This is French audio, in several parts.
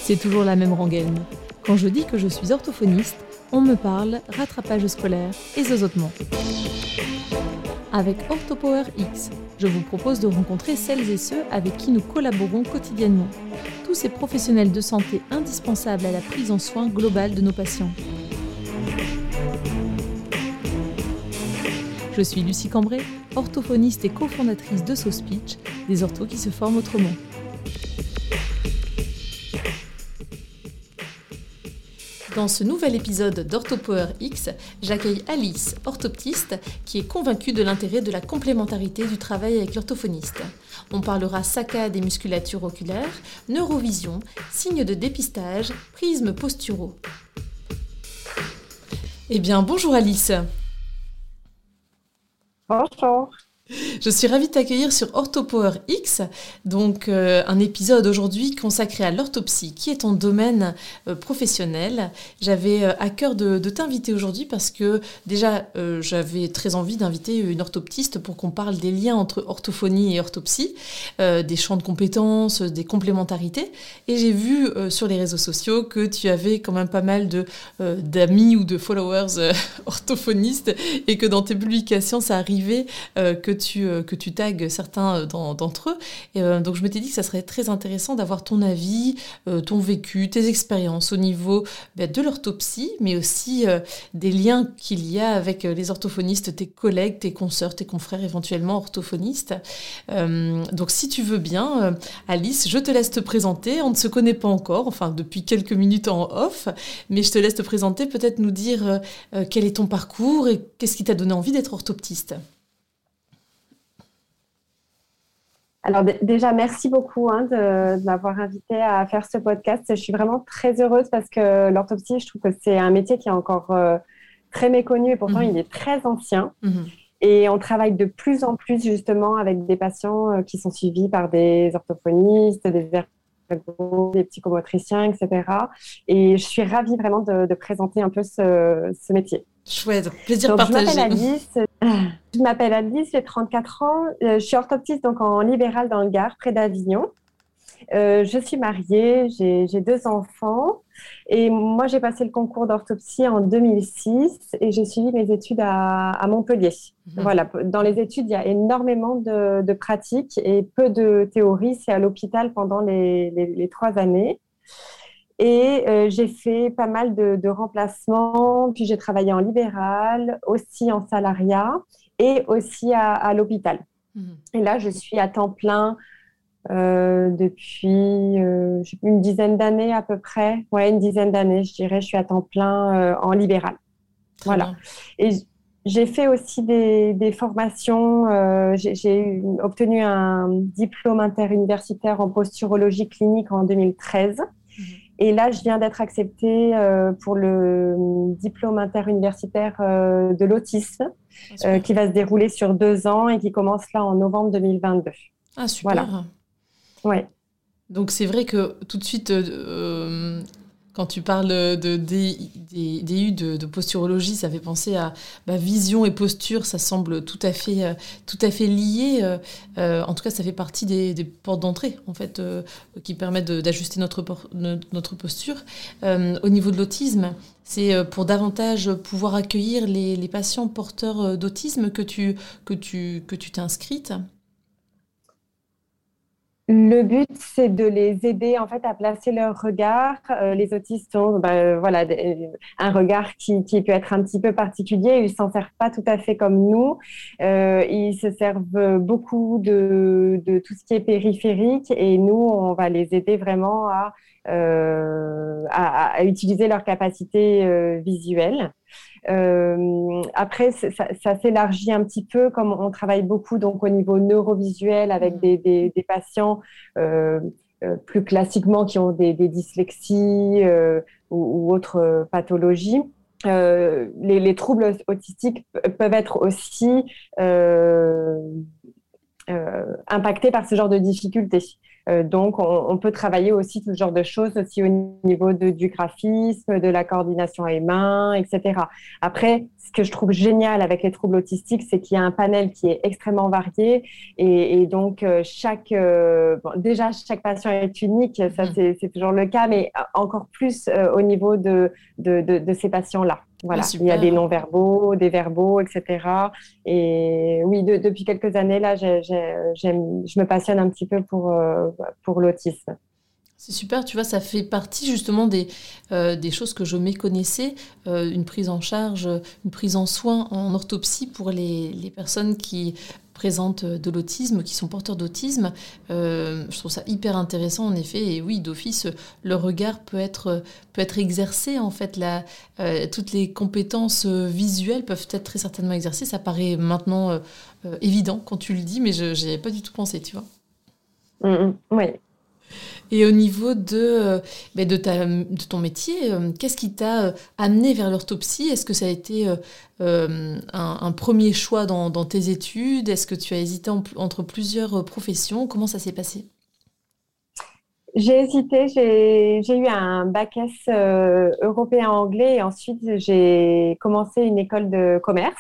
C'est toujours la même rengaine. Quand je dis que je suis orthophoniste, on me parle rattrapage scolaire et zozotement. Avec OrthoPower X, je vous propose de rencontrer celles et ceux avec qui nous collaborons quotidiennement. Tous ces professionnels de santé indispensables à la prise en soin globale de nos patients. Je suis Lucie Cambray, orthophoniste et cofondatrice de SoSpeech, des orthos qui se forment autrement. Dans ce nouvel épisode d'OrthoPower X, j'accueille Alice, orthoptiste, qui est convaincue de l'intérêt de la complémentarité du travail avec l'orthophoniste. On parlera saccades et musculatures oculaires, neurovision, signes de dépistage, prismes posturaux. Eh bien, bonjour Alice. Bonjour. Je suis ravie de t'accueillir sur OrthoPower X, donc un épisode aujourd'hui consacré à l'orthopsie, qui est ton domaine professionnel. J'avais à cœur de t'inviter aujourd'hui parce que déjà j'avais très envie d'inviter une orthoptiste pour qu'on parle des liens entre orthophonie et orthopsie, des champs de compétences, des complémentarités. Et j'ai vu sur les réseaux sociaux que tu avais quand même pas mal d'amis ou de followers orthophonistes et que dans tes publications ça arrivait que tu tagues certains d'entre eux. Et, donc je m'étais dit que ça serait très intéressant d'avoir ton avis, ton vécu, tes expériences au niveau de l'orthopsie, mais aussi des liens qu'il y a avec les orthophonistes, tes collègues, tes consoeurs, tes confrères éventuellement orthophonistes. Donc si tu veux bien, Alice, je te laisse te présenter. On ne se connaît pas encore, enfin depuis quelques minutes en off, mais je te laisse te présenter, peut-être nous dire quel est ton parcours et qu'est-ce qui t'a donné envie d'être orthoptiste. Alors déjà, merci beaucoup de m'avoir invitée à faire ce podcast. Je suis vraiment très heureuse parce que l'orthopsie, je trouve que c'est un métier qui est encore très méconnu et pourtant il est très ancien. Et on travaille de plus en plus justement avec des patients qui sont suivis par des orthophonistes, des ergots, des psychomotriciens, etc. Et je suis ravie vraiment de présenter un peu ce métier. Chouette, plaisir partagé. Je m'appelle Alice, j'ai 34 ans. Je suis orthoptiste donc en libéral dans le Gard, près d'Avignon. Je suis mariée, j'ai 2 enfants. Et moi, j'ai passé le concours d'orthopsie en 2006 et j'ai suivi mes études à Montpellier. Voilà, dans les études, il y a énormément de pratiques et peu de théorie. C'est à l'hôpital pendant les 3 années. Et j'ai fait pas mal de remplacements, puis j'ai travaillé en libéral, aussi en salariat et aussi à l'hôpital. Et là, je suis à temps plein depuis une dizaine d'années à peu près. Ouais, une dizaine d'années, je dirais. Je suis à temps plein en libéral. Très voilà. Bien. Et j'ai fait aussi des formations. J'ai obtenu un diplôme interuniversitaire en posturologie clinique en 2013. Et là, je viens d'être acceptée pour le diplôme interuniversitaire de l'autisme qui va se dérouler sur 2 ans et qui commence là en novembre 2022. Ah, super. Voilà. Ouais. Donc, c'est vrai que tout de suite, quand tu parles de DU de posturologie, ça fait penser à vision et posture, ça semble tout à fait lié. En tout cas, ça fait partie des portes d'entrée, en fait, qui permettent d'ajuster notre posture. Au niveau de l'autisme, c'est pour davantage pouvoir accueillir les patients porteurs d'autisme que tu t'es inscrite. Le but, c'est de les aider en fait à placer leur regard. Les autistes ont un regard qui peut être un petit peu particulier. Ils s'en servent pas tout à fait comme nous. Ils se servent beaucoup de tout ce qui est périphérique et nous, on va les aider vraiment à utiliser leur capacité visuelle. Après, ça s'élargit un petit peu, comme on travaille beaucoup donc au niveau neurovisuel avec des patients plus classiquement qui ont des dyslexies ou autres pathologies. Les troubles autistiques peuvent être aussi impactés par ce genre de difficultés. Donc, on peut travailler aussi tout ce genre de choses, aussi au niveau du graphisme, de la coordination à les mains, etc. Après, ce que je trouve génial avec les troubles autistiques, c'est qu'il y a un panel qui est extrêmement varié et donc déjà, chaque patient est unique, ça c'est toujours le cas, mais encore plus au niveau de ces patients-là. Voilà, il y a des non-verbaux, des verbaux, etc. Et oui, depuis quelques années, là, je me passionne un petit peu pour l'autisme. C'est super, tu vois, ça fait partie justement des choses que je méconnaissais, une prise en charge, une prise en soin en orthopsie pour les personnes qui présentent de l'autisme, qui sont porteurs d'autisme. Je trouve ça hyper intéressant en effet, et oui, d'office, le regard peut être exercé en fait, toutes les compétences visuelles peuvent être très certainement exercées, ça paraît maintenant évident quand tu le dis, mais je n'y avais pas du tout pensé, tu vois. Oui. Et au niveau de ton métier, qu'est-ce qui t'a amené vers l'orthopsie? Est-ce que ça a été un premier choix dans tes études? Est-ce que tu as hésité entre plusieurs professions? Comment ça s'est passé? J'ai hésité, j'ai eu un bac S européen anglais et ensuite j'ai commencé une école de commerce.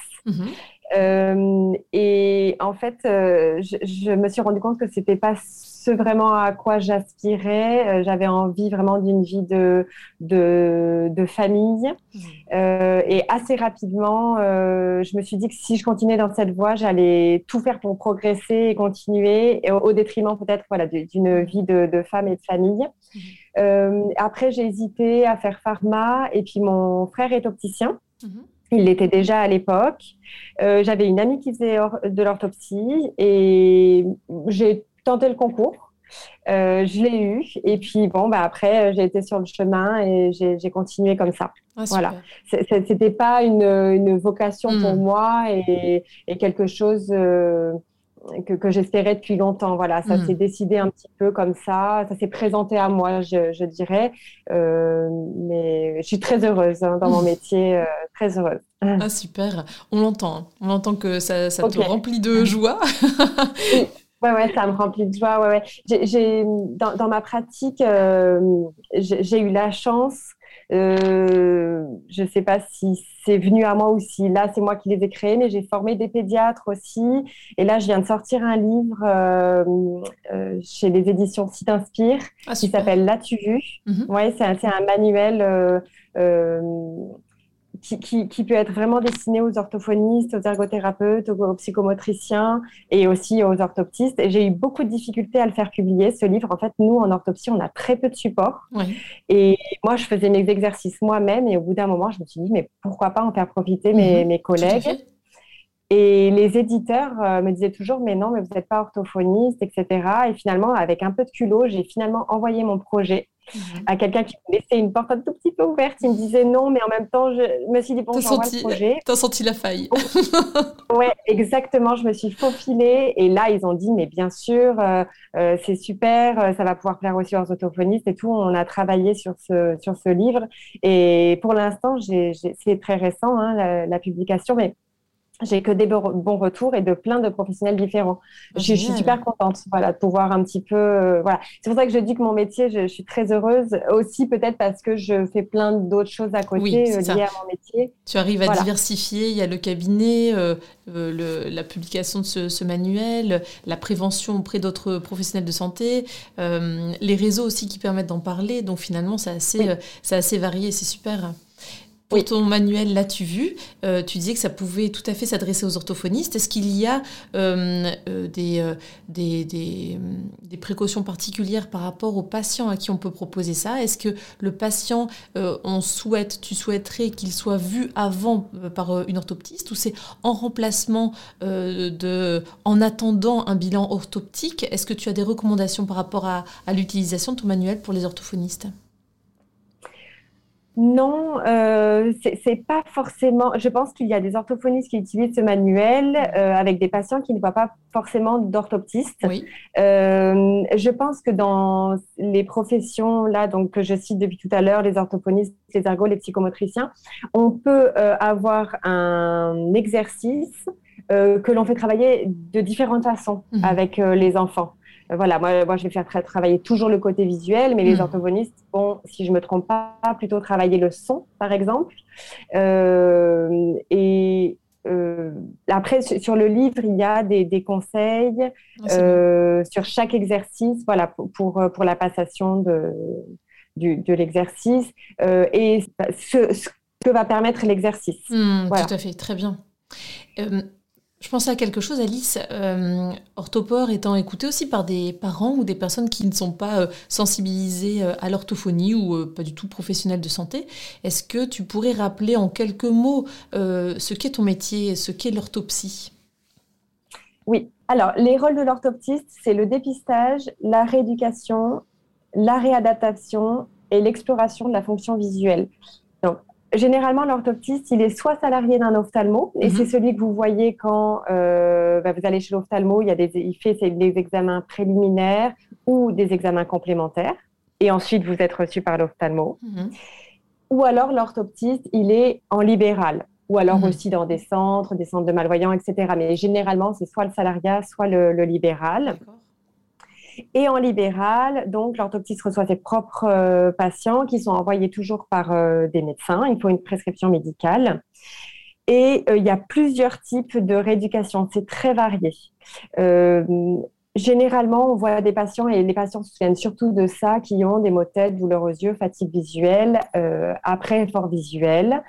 Et en fait, je me suis rendu compte que c'était pas ce vraiment à quoi j'aspirais. J'avais envie vraiment d'une vie de famille. Et assez rapidement, je me suis dit que si je continuais dans cette voie, j'allais tout faire pour progresser et continuer, et au détriment peut-être voilà, d'une vie de femme et de famille. Après, j'ai hésité à faire pharma, et puis mon frère est opticien. Il l'était déjà à l'époque. J'avais une amie qui faisait de l'orthopsie et j'ai tenté le concours. Je l'ai eu. Et puis, après, j'ai été sur le chemin et j'ai continué comme ça. Ah, voilà. C'était pas une vocation pour moi et quelque chose que j'espérais depuis longtemps. Voilà, ça s'est décidé un petit peu comme ça. Ça s'est présenté à moi, je dirais. Mais je suis très heureuse dans mon métier, très heureuse. Ah, super. On l'entend. On entend que ça te remplit de joie. Oui. Ouais, ça me remplit de joie. Ouais. Dans ma pratique, j'ai eu la chance. Je ne sais pas si c'est venu à moi ou si là, c'est moi qui les ai créés, mais j'ai formé des pédiatres aussi. Et là, je viens de sortir un livre chez les éditions Site Inspire qui s'appelle L'as-tu vu? Ouais, c'est un manuel qui peut être vraiment destiné aux orthophonistes, aux ergothérapeutes, aux psychomotriciens et aussi aux orthoptistes. Et j'ai eu beaucoup de difficultés à le faire publier, ce livre. En fait, nous, en orthopsie, on a très peu de support. Oui. Et moi, je faisais mes exercices moi-même. Et au bout d'un moment, je me suis dit, mais pourquoi pas en faire profiter mes collègues? Et les éditeurs me disaient toujours, mais non, mais vous n'êtes pas orthophoniste, etc. Et finalement, avec un peu de culot, j'ai finalement envoyé mon projet à quelqu'un qui me laissait une porte un tout petit peu ouverte. Il me disait non, mais en même temps, je me suis dit, bon, j'envoie le projet. T'as senti la faille. Ouais, exactement. Je me suis faufilée. Et là, ils ont dit, mais bien sûr, c'est super, ça va pouvoir plaire aussi aux orthophonistes et tout. On a travaillé sur ce livre. Et pour l'instant, c'est très récent, hein, la publication, mais j'ai que des bons retours et de plein de professionnels différents. Je suis super contente, voilà, de pouvoir un petit peu, voilà. C'est pour ça que je dis que mon métier, je suis très heureuse aussi, peut-être parce que je fais plein d'autres choses à côté liées à mon métier. Tu arrives à diversifier. Il y a le cabinet, la publication de ce manuel, la prévention auprès d'autres professionnels de santé, les réseaux aussi qui permettent d'en parler. Donc finalement, c'est assez varié, c'est super. Pour ton manuel, l'as-tu vu? Tu disais que ça pouvait tout à fait s'adresser aux orthophonistes. Est-ce qu'il y a des précautions particulières par rapport aux patients à qui on peut proposer ça? Est-ce que le patient, tu souhaiterais qu'il soit vu avant par une orthoptiste, ou c'est en remplacement en attendant un bilan orthoptique? Est-ce que tu as des recommandations par rapport à l'utilisation de ton manuel pour les orthophonistes? Non, c'est pas forcément. Je pense qu'il y a des orthophonistes qui utilisent ce manuel avec des patients qui ne voient pas forcément d'orthoptiste. Oui. Je pense que dans les professions là, donc que je cite depuis tout à l'heure, les orthophonistes, les ergots, les psychomotriciens, on peut avoir un exercice que l'on fait travailler de différentes façons avec les enfants. Voilà, moi, je vais faire travailler toujours le côté visuel, mais les orthophonistes vont, si je me trompe pas, plutôt travailler le son, par exemple. Après, sur le livre, il y a des conseils sur chaque exercice, voilà, pour la passation de l'exercice et ce que va permettre l'exercice. Voilà. Tout à fait, très bien. Je pensais à quelque chose, Alice. Orthopore étant écouté aussi par des parents ou des personnes qui ne sont pas sensibilisées à l'orthophonie ou pas du tout professionnels de santé. Est-ce que tu pourrais rappeler en quelques mots ce qu'est ton métier, ce qu'est l'orthopsie ? Oui. Alors, les rôles de l'orthoptiste, c'est le dépistage, la rééducation, la réadaptation et l'exploration de la fonction visuelle. Donc, généralement, l'orthoptiste, il est soit salarié d'un ophtalmo, et c'est celui que vous voyez quand vous allez chez l'ophtalmo, il fait des examens préliminaires ou des examens complémentaires, et ensuite vous êtes reçu par l'ophtalmo. Ou alors l'orthoptiste, il est en libéral, ou alors aussi dans des centres de malvoyants, etc. Mais généralement, c'est soit le salariat, soit le libéral. D'accord. Et en libéral, donc, l'orthoptiste reçoit ses propres patients qui sont envoyés toujours par des médecins. Il faut une prescription médicale. Et il y a plusieurs types de rééducation. C'est très varié. Généralement, on voit des patients, et les patients se souviennent surtout de ça, qui ont des maux de tête, douleurs aux yeux, fatigue visuelle, après effort visuel.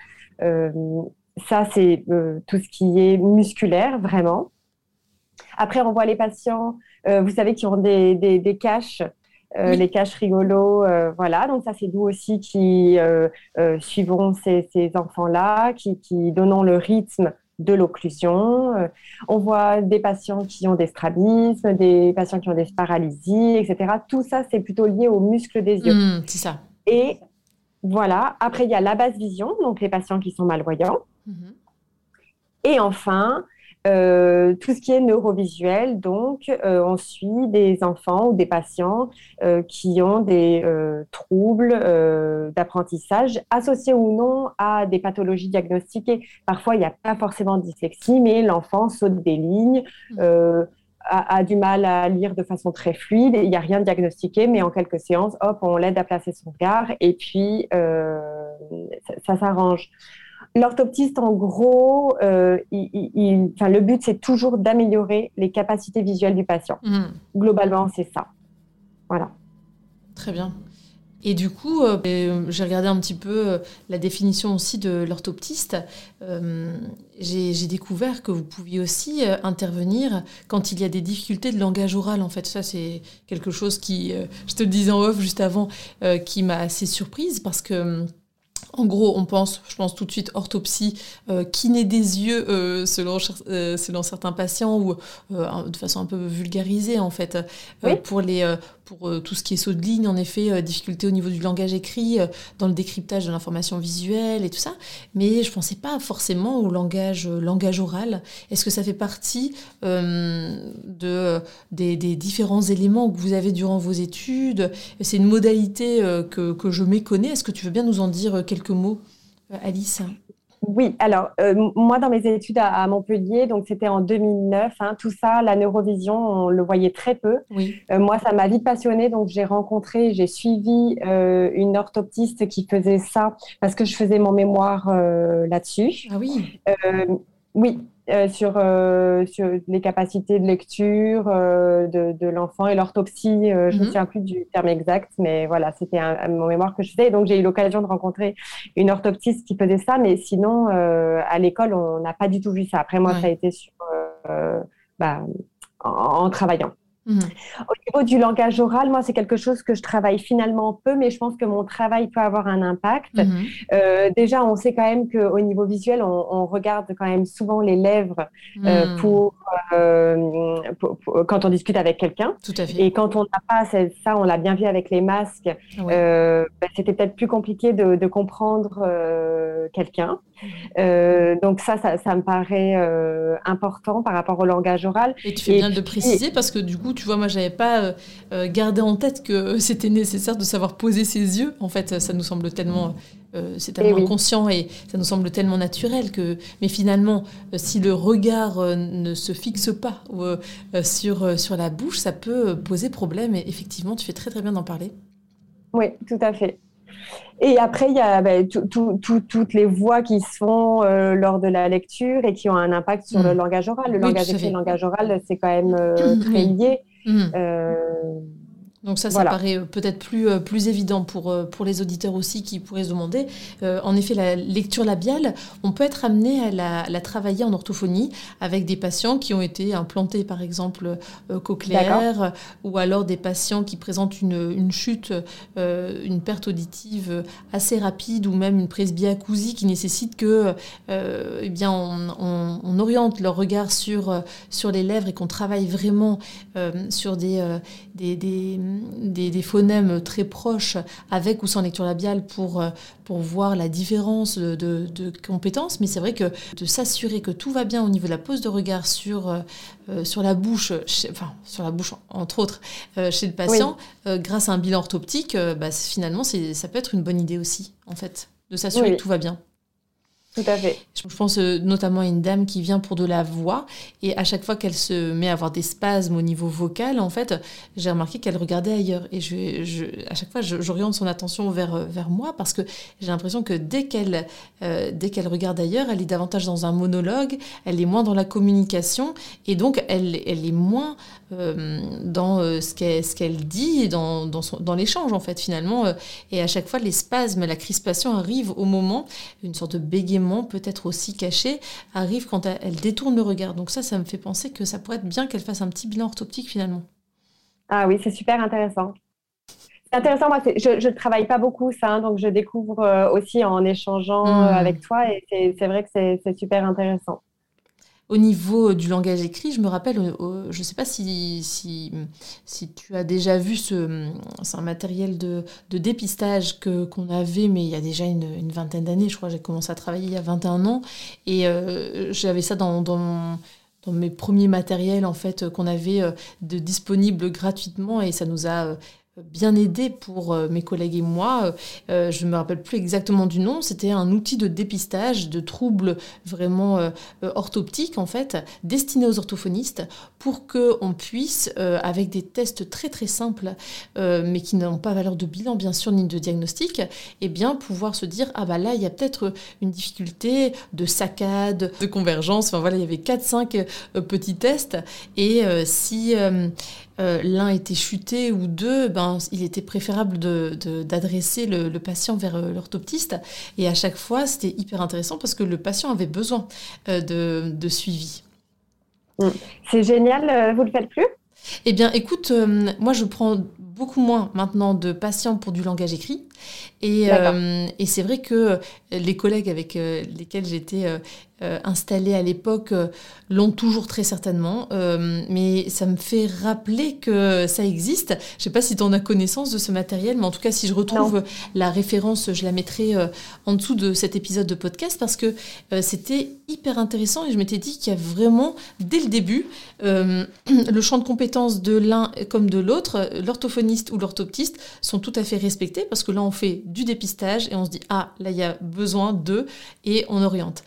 Ça, c'est tout ce qui est musculaire, vraiment. Après, on voit les patients, vous savez, qui ont des caches, les caches rigolos, voilà. Donc ça, c'est nous aussi qui suivrons ces enfants-là, qui donnons le rythme de l'occlusion. On voit des patients qui ont des strabismes, des patients qui ont des paralysies, etc. Tout ça, c'est plutôt lié aux muscles des yeux. C'est ça. Et voilà. Après, il y a la basse vision, donc les patients qui sont malvoyants. Et enfin, tout ce qui est neurovisuel, donc on suit des enfants ou des patients qui ont des troubles d'apprentissage associés ou non à des pathologies diagnostiquées. Parfois, il n'y a pas forcément de dyslexie, mais l'enfant saute des lignes, a du mal à lire de façon très fluide. Il n'y a rien de diagnostiqué, mais en quelques séances, hop, on l'aide à placer son regard et puis ça s'arrange. L'orthoptiste, en gros, le but, c'est toujours d'améliorer les capacités visuelles du patient. Globalement, c'est ça. Voilà. Très bien. Et du coup, j'ai regardé un petit peu la définition aussi de l'orthoptiste. J'ai découvert que vous pouviez aussi intervenir quand il y a des difficultés de langage oral. En fait, ça, c'est quelque chose qui, je te le disais en off juste avant, qui m'a assez surprise parce que... En gros, je pense tout de suite orthopsie, kiné des yeux selon certains patients ou de façon un peu vulgarisée en fait. Oui. Pour tout ce qui est saut de ligne, en effet, difficulté au niveau du langage écrit, dans le décryptage de l'information visuelle et tout ça. Mais je ne pensais pas forcément au langage oral. Est-ce que ça fait partie des différents éléments que vous avez durant vos études ? C'est une modalité que je méconnais. Est-ce que tu veux bien nous en dire quelques mots, Alice ? Oui, alors moi dans mes études à Montpellier, donc c'était en 2009, tout ça, la neurovision, on le voyait très peu. Oui. Moi, ça m'a vite passionnée, donc j'ai suivi une orthoptiste qui faisait ça parce que je faisais mon mémoire là-dessus. Ah oui. Oui. Sur les capacités de lecture de l'enfant et l'orthopsie. Je ne me souviens plus du terme exact, mais voilà, c'était mon mémoire que je faisais. Et donc, j'ai eu l'occasion de rencontrer une orthoptiste qui faisait ça, mais sinon, à l'école, on n'a pas du tout vu ça. Après, moi, ça a été en travaillant. Au niveau du langage oral, moi, c'est quelque chose que je travaille finalement peu, mais je pense que mon travail peut avoir un impact. Déjà, on sait quand même qu'au niveau visuel, on regarde quand même souvent les lèvres quand on discute avec quelqu'un. Tout à fait. Et quand on n'a pas ça, on l'a bien vu avec les masques, c'était peut-être plus compliqué de comprendre quelqu'un. Donc ça me paraît important par rapport au langage oral. Et tu fais bien de le préciser parce que du coup, tu vois, moi, j'avais pas gardé en tête que c'était nécessaire de savoir poser ses yeux. En fait, ça nous semble tellement c'est tellement oui. inconscient et ça nous semble tellement naturel mais finalement, si le regard ne se fixe pas sur la bouche, ça peut poser problème. Et effectivement, tu fais très très bien d'en parler. Oui, tout à fait. Et après, il y a toutes les voix qui se font lors de la lecture et qui ont un impact sur le langage oral. Le Oui, langage tout à écrit et fait. le langage oral, c'est quand même très Oui. lié. Donc ça Voilà. paraît peut-être plus évident pour les auditeurs aussi qui pourraient se demander. En effet, la lecture labiale, on peut être amené à la travailler en orthophonie avec des patients qui ont été implantés, par exemple, cochléaire, ou alors des patients qui présentent une chute, une perte auditive assez rapide, ou même une presbyacousie qui nécessite que on oriente leur regard sur les lèvres et qu'on travaille vraiment sur des phonèmes très proches avec ou sans lecture labiale pour voir la différence de compétences. Mais c'est vrai que de s'assurer que tout va bien au niveau de la pose de regard sur la bouche, sur la bouche entre autres, chez le patient, grâce à un bilan orthoptique, finalement ça peut être une bonne idée aussi, en fait, de s'assurer que tout va bien. Tout à fait. Je pense notamment à une dame qui vient pour de la voix et à chaque fois qu'elle se met à avoir des spasmes au niveau vocal, en fait, j'ai remarqué qu'elle regardait ailleurs et à chaque fois j'oriente son attention vers moi parce que j'ai l'impression que dès qu'elle regarde ailleurs, elle est davantage dans un monologue, elle est moins dans la communication et donc elle est moins dans ce qu'elle dit et dans l'échange en fait finalement et à chaque fois les spasmes, la crispation arrive au moment, une sorte de bégaiement peut-être aussi caché, arrive quand elle détourne le regard. Donc ça me fait penser que ça pourrait être bien qu'elle fasse un petit bilan orthoptique finalement. Ah oui, c'est super intéressant. C'est intéressant, moi, je ne travaille pas beaucoup ça, donc je découvre aussi en échangeant avec toi et c'est vrai que c'est super intéressant. Au niveau du langage écrit, je me rappelle, je ne sais pas si tu as déjà vu c'est un matériel de dépistage qu'on avait, mais il y a déjà une vingtaine d'années, je crois, j'ai commencé à travailler il y a 21 ans, et j'avais ça dans mes premiers matériels en fait qu'on avait de disponibles gratuitement, et ça nous a bien aidé pour mes collègues et moi. Je ne me rappelle plus exactement du nom. C'était un outil de dépistage de troubles vraiment orthoptiques, en fait, destiné aux orthophonistes pour qu'on puisse, avec des tests très très simples, mais qui n'ont pas valeur de bilan, bien sûr, ni de diagnostic, eh bien, pouvoir se dire, ah bah là, il y a peut-être une difficulté de saccade, de convergence. Enfin voilà, il y avait 4-5 petits tests. Et si l'un était chuté ou deux, il était préférable d'adresser le patient vers l'orthoptiste. Et à chaque fois, c'était hyper intéressant parce que le patient avait besoin de suivi. C'est génial, vous ne le faites plus ? Eh bien, écoute, moi, je prends beaucoup moins maintenant de patients pour du langage écrit. Et c'est vrai que les collègues avec lesquels j'étais installée à l'époque l'ont toujours très certainement. Mais ça me fait rappeler que ça existe. Je ne sais pas si tu en as connaissance de ce matériel, mais en tout cas, si je retrouve la référence, je la mettrai en dessous de cet épisode de podcast parce que c'était hyper intéressant et je m'étais dit qu'il y a vraiment, dès le début, le champ de compétences de l'un comme de l'autre, l'orthophoniste ou l'orthoptiste sont tout à fait respectés parce que là, on fait du dépistage et on se dit ah là il y a besoin d'eux et on oriente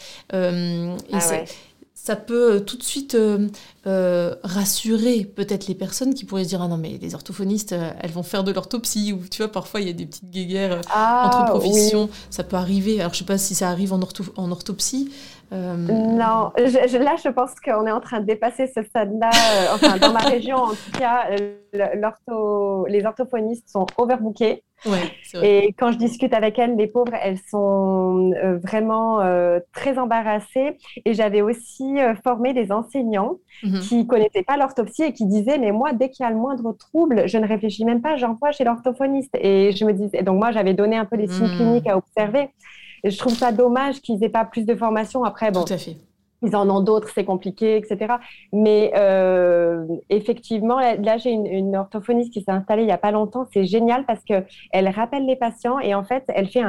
ça peut tout de suite rassurer peut-être les personnes qui pourraient se dire ah non mais les orthophonistes elles vont faire de l'orthopsie, ou tu vois parfois il y a des petites guéguerres entre professions, ça peut arriver. Alors je sais pas si ça arrive en orthopsie. Non, là je pense qu'on est en train de dépasser ce stade-là. Enfin dans ma région en tout cas, les orthophonistes sont overbookés. Ouais, c'est vrai. Et quand je discute avec elles, les pauvres, elles sont vraiment très embarrassées. Et j'avais aussi formé des enseignants qui ne connaissaient pas l'orthopsie et qui disaient, mais moi, dès qu'il y a le moindre trouble, je ne réfléchis même pas, j'envoie chez l'orthophoniste. Et je me disais, donc moi, j'avais donné un peu les signes cliniques à observer. Et je trouve ça dommage qu'ils n'aient pas plus de formation. Après, bon, tout à fait. Ils en ont d'autres, c'est compliqué, etc. Mais effectivement, là, j'ai une orthophoniste qui s'est installée il n'y a pas longtemps. C'est génial parce qu'elle rappelle les patients et en fait, elle fait un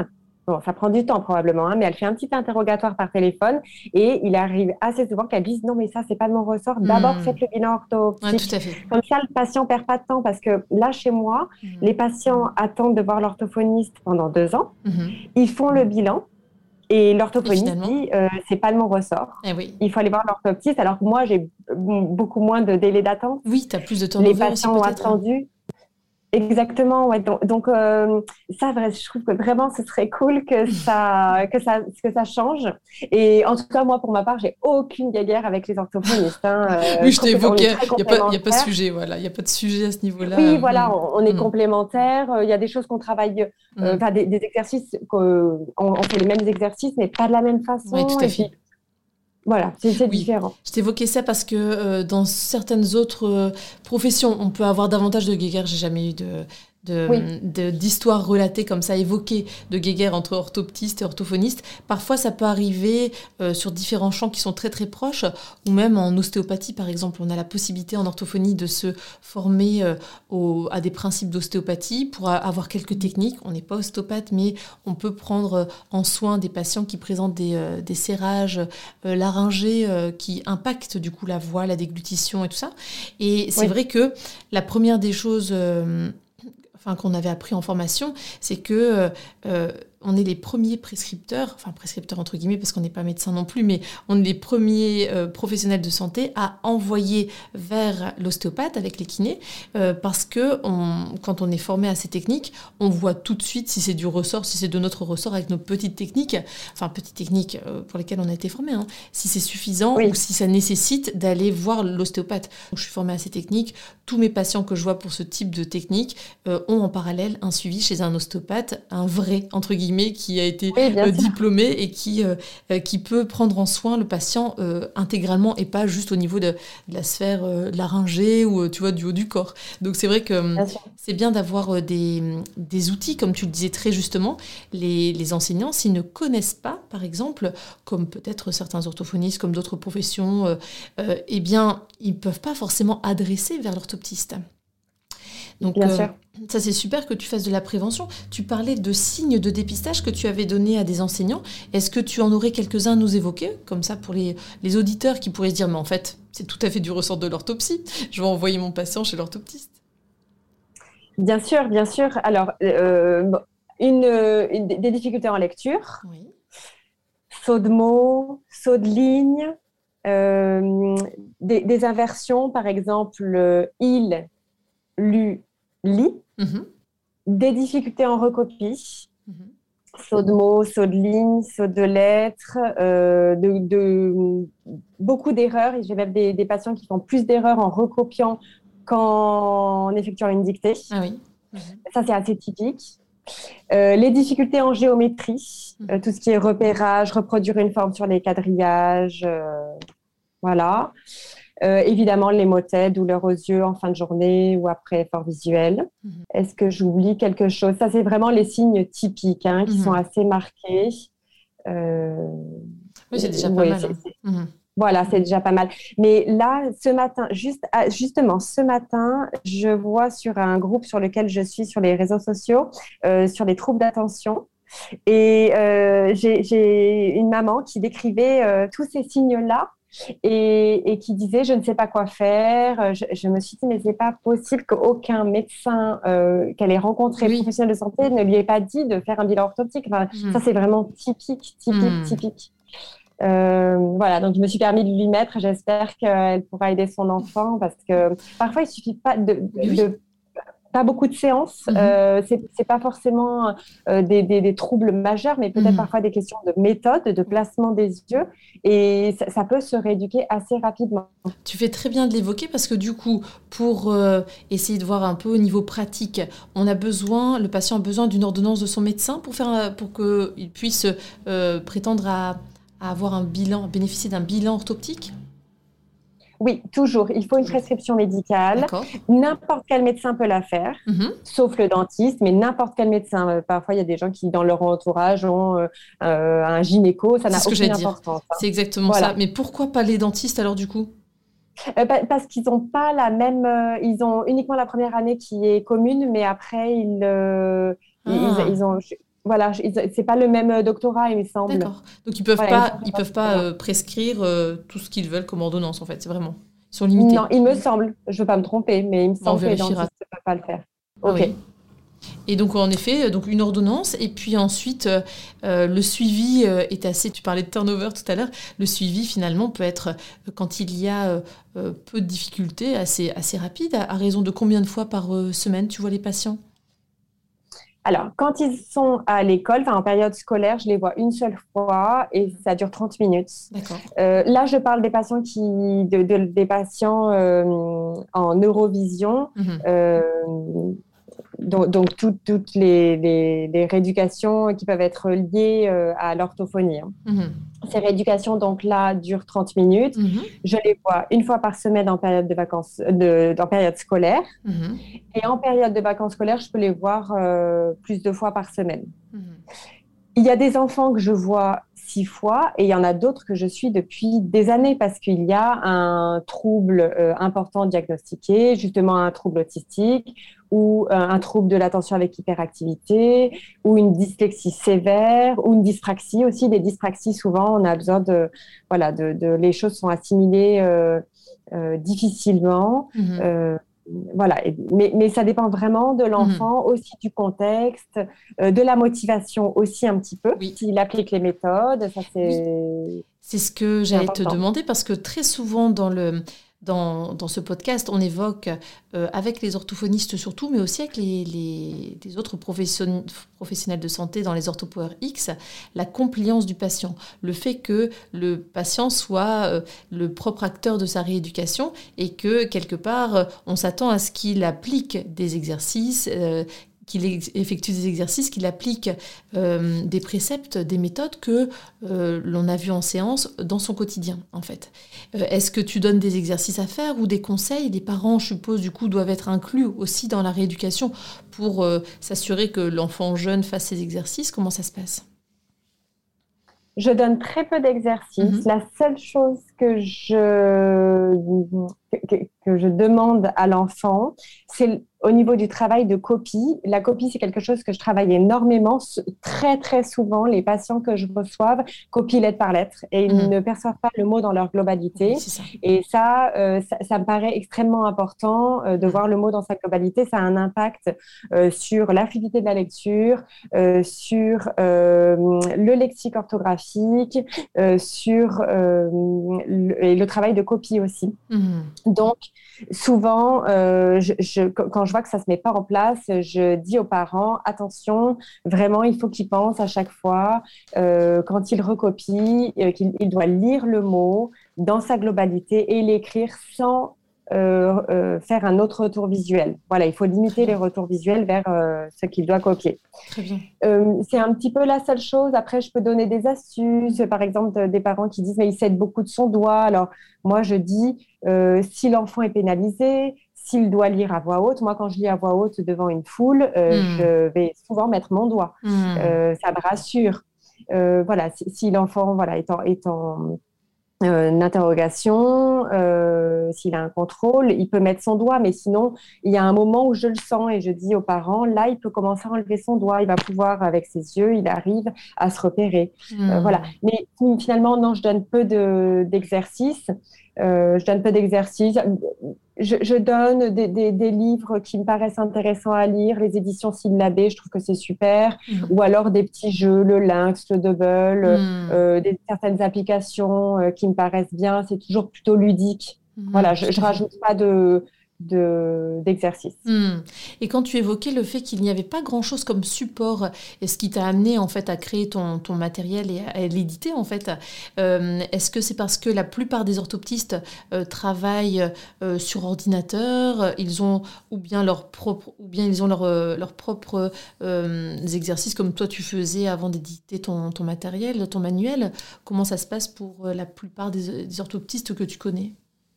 Bon, ça prend du temps probablement, hein, mais elle fait un petit interrogatoire par téléphone et il arrive assez souvent qu'elle dise non, mais ça, c'est pas de mon ressort. D'abord, faites le bilan Ouais, tout orthoptique. à fait. Comme ça, le patient perd pas de temps parce que là, chez moi, les patients attendent de voir l'orthophoniste pendant 2 ans. Ils font le bilan. Et Et l'orthophoniste finalement, dit, c'est pas de mon ressort. eh oui. Il faut aller voir l'orthoptiste. Alors que moi, j'ai beaucoup moins de délai d'attente. Oui, tu as plus de Les turnover aussi patients ont peut-être. attendu. Exactement, ouais. Donc ça, je trouve que vraiment, ce serait cool que ça change. Et en tout cas, moi, pour ma part, j'ai aucune guéguerre avec les orthophonistes. Hein. Oui, je t'ai On est évoqué. très Il y a pas de complémentaires. sujet, voilà. Il n'y a pas de sujet à ce niveau-là. Oui, voilà, on est complémentaires. Il y a des choses qu'on travaille, enfin des exercices, on fait les mêmes exercices, mais pas de la même Oui, tout façon. à Et fait. puis, voilà, c'est Oui, différent. je t'évoquais ça parce que dans certaines autres professions, on peut avoir davantage de guéguerre. J'ai jamais eu Oui, d'histoire relatée comme ça, évoquée de guéguerre entre orthoptiste et orthophoniste. Parfois, ça peut arriver sur différents champs qui sont très très proches, ou même en ostéopathie, par exemple. On a la possibilité en orthophonie de se former à des principes d'ostéopathie pour avoir quelques techniques. On n'est pas ostéopathe, mais on peut prendre en soin des patients qui présentent des serrages laryngés qui impactent du coup la voix, la déglutition et tout ça. Et c'est oui, vrai que la première des choses qu'on avait appris en formation, c'est que on est les premiers prescripteurs, enfin prescripteurs entre guillemets parce qu'on n'est pas médecin non plus, mais on est les premiers professionnels de santé à envoyer vers l'ostéopathe avec les kinés parce que quand on est formé à ces techniques, on voit tout de suite si c'est du ressort, si c'est de notre ressort avec nos petites techniques pour lesquelles on a été formé, hein, si c'est suffisant ou oui, si ça nécessite d'aller voir l'ostéopathe. Donc, je suis formée à ces techniques. Tous mes patients que je vois pour ce type de technique ont en parallèle un suivi chez un ostéopathe, un vrai, entre guillemets, qui a été oui, bien sûr. diplômé et qui peut prendre en soin le patient intégralement et pas juste au niveau de la sphère laryngée ou tu vois, du haut du corps. Donc c'est vrai que Bien sûr. c'est bien d'avoir des outils, comme tu le disais très justement. Les enseignants, s'ils ne connaissent pas, par exemple, comme peut-être certains orthophonistes, comme d'autres professions, eh bien, ils ne peuvent pas forcément adresser vers l'orthoptiste. Donc, Bien sûr. ça, c'est super que tu fasses de la prévention. Tu parlais de signes de dépistage que tu avais donnés à des enseignants. Est-ce que tu en aurais quelques-uns à nous évoquer, comme ça, pour les auditeurs qui pourraient se dire, mais en fait, c'est tout à fait du ressort de l'orthopsie. Je vais envoyer mon patient chez l'orthoptiste. Bien sûr, bien sûr. Alors, des difficultés en lecture, Oui. saut de mots, saut de ligne, des inversions, par exemple, il, lu, lit, Mhm. des difficultés en recopie, Mhm. saut de mots, saut de ligne, saut de lettres, beaucoup d'erreurs. Et j'ai même des patients qui font plus d'erreurs en recopiant qu'en effectuant une dictée. Ah oui. Mhm. Ça, c'est assez typique. Les difficultés en géométrie, tout ce qui est repérage, reproduire une forme sur les quadrillages, voilà. Évidemment, les maux de tête, douleurs aux yeux en fin de journée ou après effort visuel. Mhm. Est-ce que j'oublie quelque chose? Ça, c'est vraiment les signes typiques qui sont assez marqués. Euh, Oui, c'est déjà pas oui, mal. Hein. Mhm. voilà, c'est déjà pas mal. Mais là, ce matin, justement, ce matin, je vois sur un groupe sur lequel je suis sur les réseaux sociaux, sur les troubles d'attention. Et j'ai une maman qui décrivait tous ces signes-là et qui disait, je ne sais pas quoi faire. Je me suis dit, mais c'est pas possible qu'aucun médecin qu'elle ait rencontré, Oui. professionnel de santé, ne lui ait pas dit de faire un bilan orthoptique. Enfin, ça, c'est vraiment typique, typique. Voilà, donc je me suis permis de lui mettre. J'espère qu'elle pourra aider son enfant parce que parfois il suffit pas Oui. pas beaucoup de séances. C'est pas forcément des troubles majeurs, mais peut-être parfois des questions de méthode, de placement des yeux, et ça peut se rééduquer assez rapidement. Tu fais très bien de l'évoquer parce que du coup, pour essayer de voir un peu au niveau pratique, le patient a besoin d'une ordonnance de son médecin pour qu'il puisse prétendre à avoir un bilan, bénéficier d'un bilan orthoptique. Oui, toujours. Il faut une prescription médicale. D'accord. N'importe quel médecin peut la faire, sauf le dentiste, mais n'importe quel médecin. Parfois, il y a des gens qui, dans leur entourage, ont un gynéco. Ça n'a C'est ce que aucune j'allais dire. importance. C'est exactement Voilà. ça. Mais pourquoi pas les dentistes alors du coup? Parce qu'ils n'ont pas la même. Ils ont uniquement la première année qui est commune, mais après, ils ont. voilà, c'est pas le même doctorat, il me semble. D'accord. Donc, ils peuvent Voilà, pas, ils peuvent pas prescrire tout ce qu'ils veulent comme ordonnance, en fait. C'est vraiment... Ils sont non, limités. il me semble, je veux pas me tromper, mais il me Bon, on semble que les vérifiera. dentistes ne peuvent pas le faire. Ah Ok. oui. Et donc, en effet, donc une ordonnance. Et puis ensuite, le suivi est assez... Tu parlais de turnover tout à l'heure. Le suivi, finalement, peut être, quand il y a peu de difficultés, assez rapide. À raison de combien de fois par semaine tu vois les patients? Alors, quand ils sont à l'école, en période scolaire, je les vois une seule fois et ça dure 30 minutes. D'accord. Là, je parle des patients des patients en neurovision. Mhm. Donc toutes les rééducations qui peuvent être liées à l'orthophonie. Mhm. Ces rééducations, donc là, durent 30 minutes. Mhm. Je les vois une fois par semaine en période de vacances, en période scolaire. Mhm. Et en période de vacances scolaires, je peux les voir plus de fois par semaine. Mhm. Il y a des enfants que je vois 6 fois et il y en a d'autres que je suis depuis des années parce qu'il y a un trouble important diagnostiqué, justement un trouble autistique ou un trouble de l'attention avec hyperactivité ou une dyslexie sévère ou une dyspraxie aussi. Les dyspraxies, souvent, on a besoin les choses sont assimilées difficilement. Mhm. Voilà, mais ça dépend vraiment de Mhm. l'enfant, aussi du contexte, de la motivation aussi un petit peu. Oui. S'il applique les méthodes, ça Oui. C'est ce que c'est j'allais te important. demander parce que très souvent dans ce podcast, on évoque avec les orthophonistes surtout, mais aussi avec les autres professionnels de santé dans les Orthopower X, la compliance du patient. Le fait que le patient soit le propre acteur de sa rééducation et que quelque part, on s'attend à ce qu'il applique des exercices, qu'il effectue des exercices, qu'il applique des préceptes, des méthodes que l'on a vues en séance dans son quotidien, en fait. Est-ce que tu donnes des exercices à faire ou des conseils? Les parents, je suppose, du coup, doivent être inclus aussi dans la rééducation pour s'assurer que l'enfant jeune fasse ses exercices. Comment ça se passe? Je donne très peu d'exercices. Mhm. La seule chose que je demande à l'enfant, c'est au niveau du travail de copie. La copie, c'est quelque chose que je travaille énormément. Très, très souvent, les patients que je reçoive copient lettre par lettre et ils Mhm. ne perçoivent pas le mot dans leur Oui, globalité. c'est ça. Et ça me paraît extrêmement important de Mhm. voir le mot dans sa globalité. Ça a un impact sur la fluidité de la lecture, sur le lexique orthographique, sur et le travail de copie aussi. Mhm. Donc, souvent, quand je vois que ça ne se met pas en place, je dis aux parents, attention, vraiment, il faut qu'ils pensent à chaque fois, quand ils recopient, qu'il doit lire le mot dans sa globalité et l'écrire sans faire un autre retour visuel. Voilà, il faut Très limiter les bien. retours visuels vers ce qu'il doit copier. Très bien. C'est un petit peu la seule chose. Après, je peux donner des astuces. Par exemple, des parents qui disent, mais il cède beaucoup de son doigt. Alors, moi, je dis, si l'enfant est pénalisé, s'il doit lire à voix haute, moi, quand je lis à voix haute devant une foule, Mhm. je vais souvent mettre mon doigt. Mhm. Ça me rassure. Voilà, si l'enfant voilà, est en une interrogation, s'il a un contrôle, il peut mettre son doigt, mais sinon, il y a un moment où je le sens et je dis aux parents, là, il peut commencer à enlever son doigt, il va pouvoir, avec ses yeux, il arrive à se repérer. Voilà. Mhm. Mais finalement, non, je donne peu d'exercices. Je donne peu d'exercices. Je donne des livres qui me paraissent intéressants à lire, les éditions syllabées, je trouve que c'est super, Mhm. ou alors des petits jeux, le Lynx, le Double, Mhm. certaines applications qui me paraissent bien, c'est toujours plutôt ludique. Voilà, Mhm. je Tout ne à fait. rajoute pas d'exercice. Hmm. Et quand tu évoquais le fait qu'il n'y avait pas grand-chose comme support, et ce qui t'a amené en fait à créer ton matériel et à l'éditer en fait, est-ce que c'est parce que la plupart des orthoptistes travaillent sur ordinateur, ils ont ou bien ils ont leurs propres exercices comme toi tu faisais avant d'éditer ton matériel, ton manuel. Comment ça se passe pour la plupart des orthoptistes que tu connais?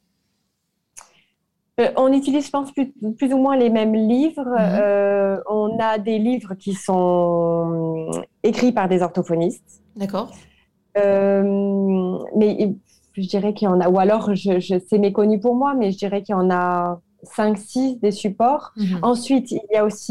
On utilise, je pense, plus ou moins les mêmes livres. Mhm. On a des livres qui sont écrits par des orthophonistes. D'accord. Mais je dirais qu'il y en a, ou alors c'est méconnu pour moi, mais je dirais qu'il y en a 5-6 des supports. Mhm. Ensuite, il y a aussi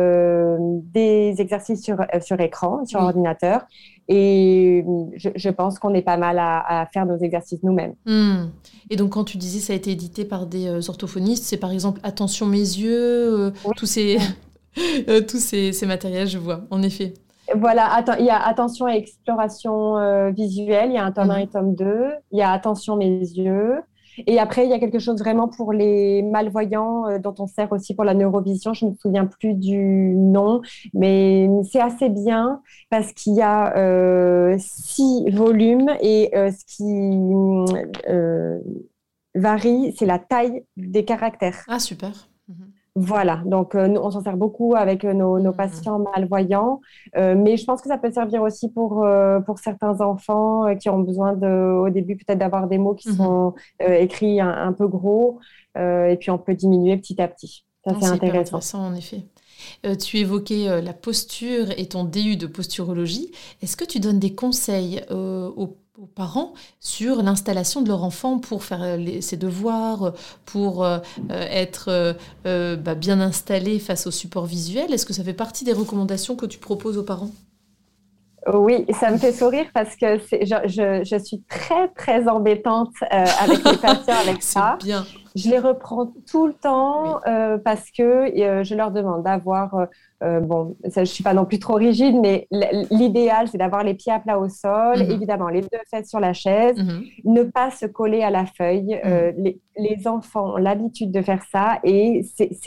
des exercices sur écran, sur Oui. ordinateur. Et je pense qu'on est pas mal à faire nos exercices nous-mêmes. Hmm. Et donc, quand tu disais ça a été édité par des orthophonistes, c'est par exemple Attention mes yeux, Oui. tous ces, tous ces matériels, je vois, en effet. Voilà, il y a Attention à exploration visuelle, il y a un tome 1 et Mhm. tome 2, il y a Attention mes yeux. Et après, il y a quelque chose vraiment pour les malvoyants dont on sert aussi pour la neurovision. Je ne me souviens plus du nom, mais c'est assez bien parce qu'il y a 6 volumes et ce qui euh, varie, c'est la taille des caractères. Ah, super. Mhm. Voilà, donc nous, on s'en sert beaucoup avec nos Mhm. patients malvoyants, mais je pense que ça peut servir aussi pour certains enfants qui ont besoin au début peut-être d'avoir des mots qui Mhm. sont écrits un peu gros, et puis on peut diminuer petit à petit. Ça, Non, c'est c'est hyper intéressant. intéressant, en effet. Tu évoquais la posture et ton DU de posturologie. Est-ce que tu donnes des conseils aux parents sur l'installation de leur enfant pour faire ses devoirs, pour être bien installé face au support visuel? Est-ce que ça fait partie des recommandations que tu proposes aux parents? Oui, ça me fait sourire parce que je suis très, très embêtante avec mes patients avec C'est ça. bien. Je les reprends tout le temps Oui. parce que je leur demande d'avoir, bon, ça, je suis pas non plus trop rigide, mais l'idéal, c'est d'avoir les pieds à plat au sol, Mhm. évidemment, les 2 fesses sur la chaise, Mhm. ne pas se coller à la feuille. Mhm. Les enfants ont l'habitude de faire ça et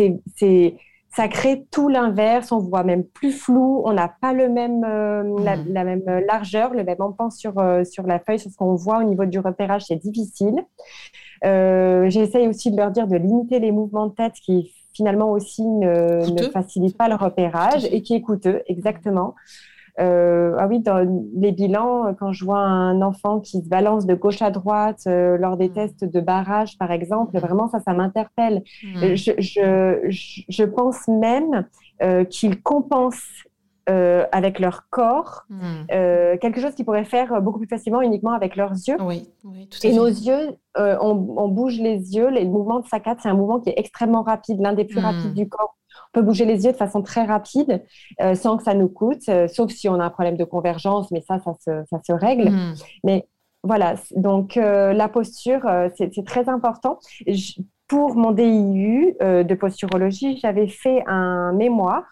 ça crée tout l'inverse. On voit même plus flou, on n'a pas Mhm. la même largeur, le même empan sur la feuille, sur ce qu'on voit au niveau du repérage, c'est difficile. J'essaye aussi de leur dire de limiter les mouvements de tête qui finalement aussi ne Coûteux? facilitent pas le Tout à repérage et fait. qui est coûteux, Mhm. exactement. Ah oui, dans les bilans, quand je vois un enfant qui se balance de gauche à droite lors des Mhm. tests de barrage, par exemple, Mhm. vraiment, ça m'interpelle. Mhm. Je pense même qu'ils compensent avec leur corps Mhm. quelque chose qu'ils pourraient faire beaucoup plus facilement uniquement avec leurs yeux. Oui, oui, tout à Et nos fait. yeux, on bouge les yeux. Le mouvement de saccade, c'est un mouvement qui est extrêmement rapide, l'un des plus rapides Mhm. du corps. On peut bouger les yeux de façon très rapide sans que ça nous coûte, sauf si on a un problème de convergence, mais ça se règle. Mhm. Mais voilà, donc la posture, c'est très important. Pour mon DIU de posturologie, j'avais fait un mémoire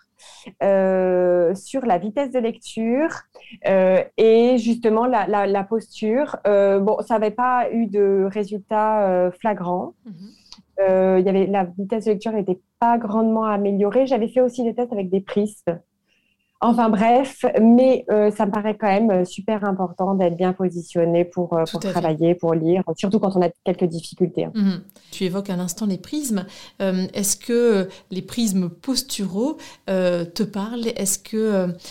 sur la vitesse de lecture et justement la posture. Bon, ça n'avait pas eu de résultats flagrants. Mhm. La vitesse de lecture n'était pas grandement améliorée. J'avais fait aussi des tests avec des prismes. Enfin bref, mais ça me paraît quand même super important d'être bien positionné Tout pour à fait. travailler, pour lire, surtout quand on a quelques difficultés, hein. Mhm. Tu évoques à l'instant les prismes. Est-ce que les prismes posturaux te parlent? Est-ce que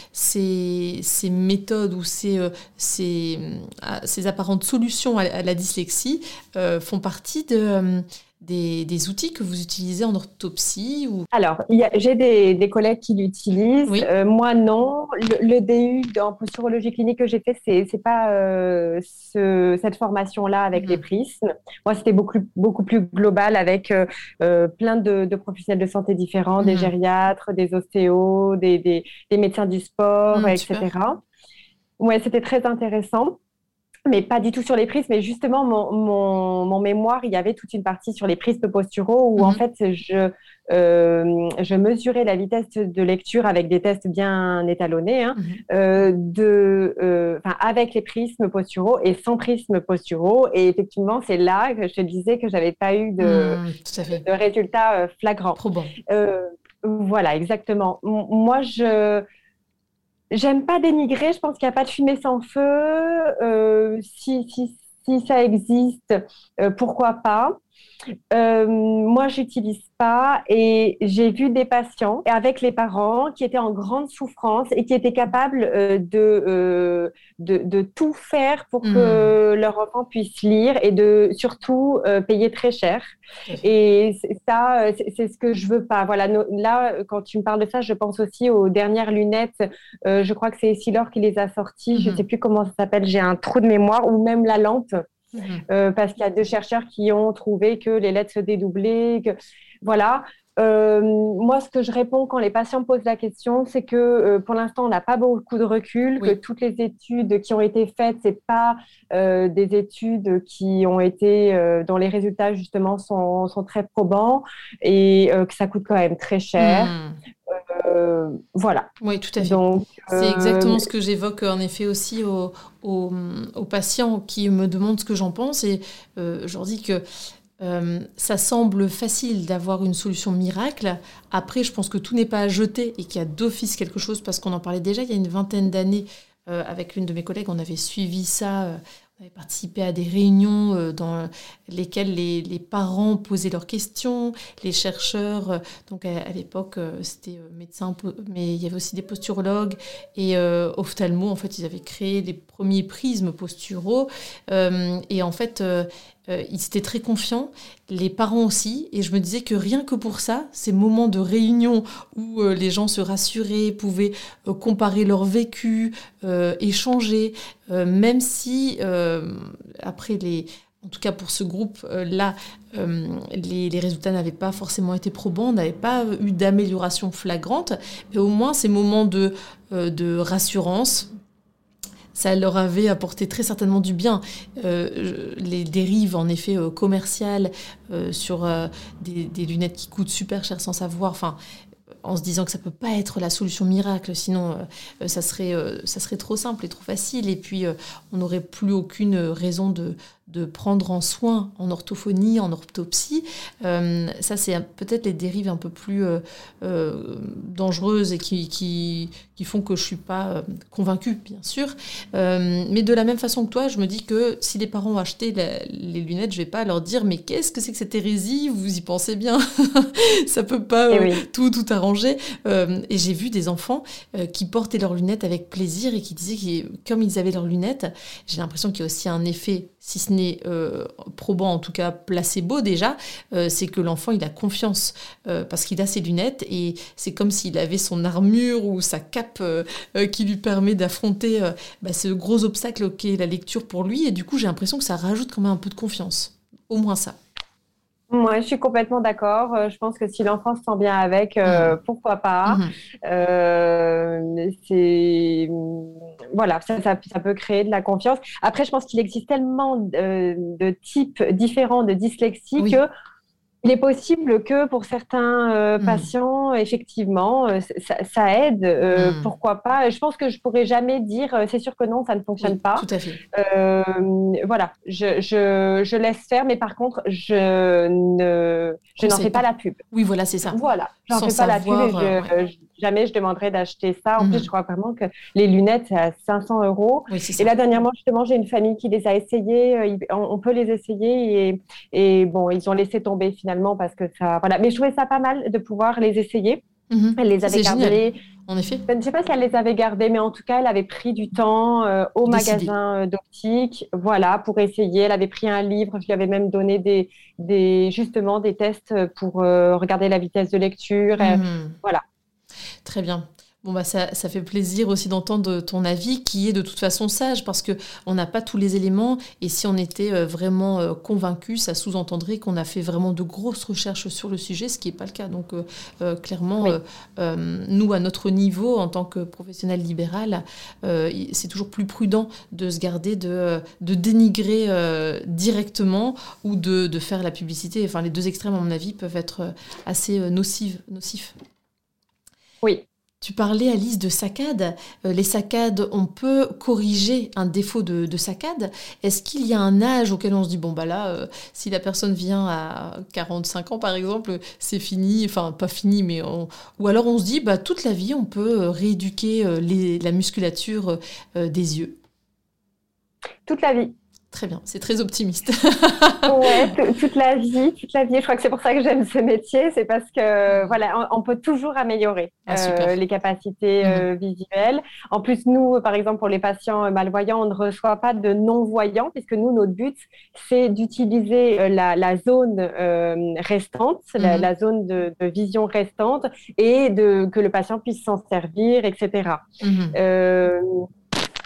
ces méthodes ou ces apparentes solutions à la dyslexie font partie des outils que vous utilisez en orthopsie ou... Alors, j'ai des collègues qui l'utilisent. Oui. Moi, non. Le DU en posturologie clinique que j'ai fait, c'est pas cette formation-là avec les Mhm. prismes. Moi, c'était beaucoup plus global avec plein de professionnels de santé différents, des Mhm. gériatres, des ostéos, des médecins du sport, Mhm, super. etc. Ouais, c'était très intéressant. Mais pas du tout sur les prismes, mais justement, mon mémoire, il y avait toute une partie sur les prismes posturaux où en Mhm. fait, je mesurais la vitesse de lecture avec des tests bien étalonnés, hein, Mhm. avec les prismes posturaux et sans prismes posturaux. Et effectivement, c'est là que je te disais que j'avais pas eu Tout à fait. de résultats flagrants. Probant. Euh, voilà, exactement. Moi, j'aime pas dénigrer, je pense qu'il n'y a pas de fumée sans feu. Si ça existe, pourquoi pas? Moi, j'utilise pas et j'ai vu des patients avec les parents qui étaient en grande souffrance et qui étaient capables de tout faire pour Mhm. que leur enfant puisse lire et de surtout payer très cher. Tout à fait. Et c'est ce que je veux pas. Voilà, là, quand tu me parles de ça, je pense aussi aux dernières lunettes. Je crois que c'est Essilor qui les a sorties. Je sais Mhm. plus comment ça s'appelle. J'ai un trou de mémoire ou même la lampe. parce qu'il y a 2 chercheurs qui ont trouvé que les lettres se dédoublaient, que voilà. Moi, ce que je réponds quand les patients me posent la question, c'est que pour l'instant, on n'a pas beaucoup de recul, que toutes les études qui ont été faites, c'est pas des études qui ont été dont les résultats justement sont très probants et que ça coûte quand même très cher. Voilà. Oui, tout à fait. Donc, c'est exactement ce que j'évoque en effet aussi aux patients qui me demandent ce que j'en pense et je leur dis que ça semble facile d'avoir une solution miracle. Après, je pense que tout n'est pas à jeter et qu'il y a d'office quelque chose, parce qu'on en parlait déjà il y a une vingtaine d'années avec l'une de mes collègues, on avait suivi ça, on avait participé à des réunions dans lesquelles les parents posaient leurs questions, les chercheurs, donc à l'époque c'était médecin, mais il y avait aussi des posturologues et ophtalmo, en fait ils avaient créé les premiers prismes posturaux et en fait ils étaient très confiants, les parents aussi, et je me disais que rien que pour ça, ces moments de réunion où les gens se rassuraient, pouvaient comparer leur vécu, échanger, même si après en tout cas pour ce groupe-là, les résultats n'avaient pas forcément été probants, on n'avait pas eu d'amélioration flagrante, mais au moins ces moments de rassurance, ça leur avait apporté très certainement du bien. Les dérives, en effet, commerciales sur des lunettes qui coûtent super cher sans savoir, enfin, en se disant que ça ne peut pas être la solution miracle, sinon ça serait trop simple et trop facile, et puis on n'aurait plus aucune raison de prendre en soin en orthophonie, en orthopsie. Ça, c'est peut-être les dérives un peu plus dangereuses et qui font que je ne suis pas convaincue, bien sûr. Mais de la même façon que toi, je me dis que si les parents ont acheté les lunettes, je ne vais pas leur dire « Mais qu'est-ce que c'est que cette hérésie ? Vous y pensez bien. Ça ne peut pas tout arranger. » Et j'ai vu des enfants qui portaient leurs lunettes avec plaisir et qui disaient que comme ils avaient leurs lunettes, j'ai l'impression qu'il y a aussi un effet, si ce n'est probant, en tout cas placebo déjà, c'est que l'enfant il a confiance parce qu'il a ses lunettes et c'est comme s'il avait son armure ou sa cape qui lui permet d'affronter ce gros obstacle qu'est la lecture pour lui, et du coup j'ai l'impression que ça rajoute quand même un peu de confiance, au moins ça. Moi, je suis complètement d'accord. Je pense que si l'enfant se sent bien avec, pourquoi pas. Voilà, ça peut créer de la confiance. Après, je pense qu'il existe tellement de types différents de dyslexie que il est possible que pour certains patients, effectivement, ça aide. Pourquoi pas? Je pense que je pourrais jamais dire c'est sûr que non, ça ne fonctionne pas. Tout à fait. Voilà, je laisse faire, mais par contre, je n'en fais pas la pub. Oui, voilà, c'est ça. Voilà, j'en fais pas la pub et jamais je demanderais d'acheter ça. En plus, je crois vraiment que les lunettes, c'est à 500 €. Oui, c'est ça. Et là, dernièrement, justement, j'ai une famille qui les a essayées. On peut les essayer et bon, ils ont laissé tomber finalement parce que ça. Voilà. Mais je trouvais ça pas mal de pouvoir les essayer. Elle les avait gardées. En effet. Je ne sais pas si elle les avait gardées, mais en tout cas, elle avait pris du temps au magasin d'optique, voilà, pour essayer. Elle avait pris un livre, je lui avais même donné justement des tests pour regarder la vitesse de lecture. Voilà. Très bien. Bon, ça fait plaisir aussi d'entendre ton avis qui est de toute façon sage parce qu'on n'a pas tous les éléments et si on était vraiment convaincu, ça sous-entendrait qu'on a fait vraiment de grosses recherches sur le sujet, ce qui n'est pas le cas. Donc clairement, nous, à notre niveau, en tant que professionnel libéral, c'est toujours plus prudent de se garder de dénigrer directement ou de faire la publicité. Enfin, les deux extrêmes, à mon avis, peuvent être assez nocifs. Oui. Tu parlais, Alice, de saccades. Les saccades, on peut corriger un défaut de saccade. Est-ce qu'il y a un âge auquel on se dit, si la personne vient à 45 ans, par exemple, c'est fini, enfin, pas fini, mais ou alors on se dit, toute la vie, on peut rééduquer la musculature des yeux. Toute la vie. Très bien, c'est très optimiste. Ouais, toute la vie. Je crois que c'est pour ça que j'aime ce métier, c'est parce que voilà, on peut toujours améliorer les capacités visuelles. En plus, nous, par exemple, pour les patients malvoyants, on ne reçoit pas de non-voyants, puisque nous, notre but, c'est d'utiliser la zone restante, la zone de vision restante, et que le patient puisse s'en servir, etc.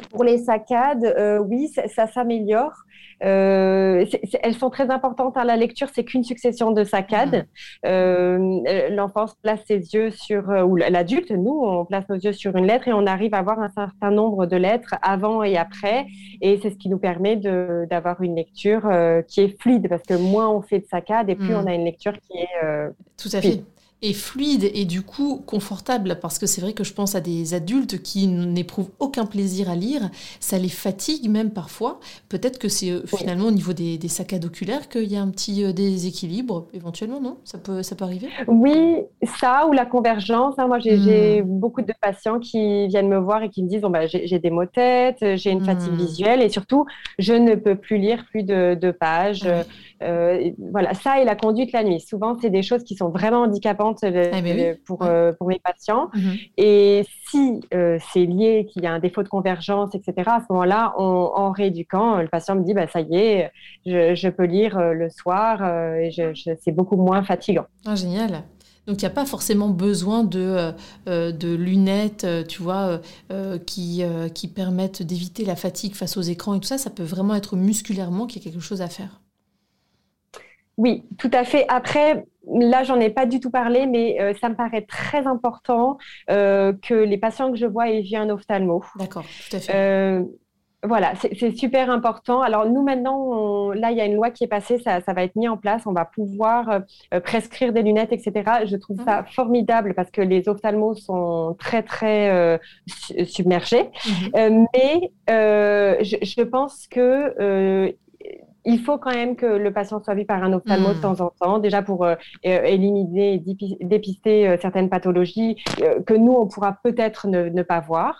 Pour les saccades, oui, ça s'améliore. Elles sont très importantes. Hein. La lecture, c'est qu'une succession de saccades. L'enfant place ses yeux sur, ou l'adulte, nous, on place nos yeux sur une lettre et on arrive à voir un certain nombre de lettres avant et après. Et c'est ce qui nous permet d'avoir une lecture qui est fluide, parce que moins on fait de saccades et plus on a une lecture qui est Tout à fait. Et fluide et du coup confortable, parce que c'est vrai que je pense à des adultes qui n'éprouvent aucun plaisir à lire, ça les fatigue même parfois. Peut-être que c'est finalement au niveau des saccades oculaires qu'il y a un petit déséquilibre, éventuellement, non? Ça peut arriver? Oui, ça ou la convergence. Hein. Moi, j'ai beaucoup de patients qui viennent me voir et qui me disent, bon, bah, j'ai des maux de tête, j'ai une fatigue visuelle et surtout, je ne peux plus lire plus de pages. Voilà, ça et la conduite la nuit. Souvent, c'est des choses qui sont vraiment handicapantes pour mes patients. Et si c'est lié, qu'il y a un défaut de convergence, etc., à ce moment-là, en rééduquant, le patient me dit, bah, ça y est, je peux lire le soir et c'est beaucoup moins fatigant. Ah, génial. Donc, il n'y a pas forcément besoin de lunettes, tu vois, qui permettent d'éviter la fatigue face aux écrans et tout ça. Ça peut vraiment être musculairement qu'il y a quelque chose à faire. Oui, tout à fait. Après, là, j'en ai pas du tout parlé, mais ça me paraît très important que les patients que je vois aient vu un ophtalmo. D'accord, tout à fait. Voilà, c'est super important. Alors nous maintenant, là il y a une loi qui est passée, ça va être mis en place. On va pouvoir prescrire des lunettes, etc. Je trouve ça formidable parce que les ophtalmos sont très très submergés. Mais je pense que il faut quand même que le patient soit vu par un ophtalmo de temps en temps, déjà pour éliminer et dépister certaines pathologies que nous on pourra peut-être ne pas voir.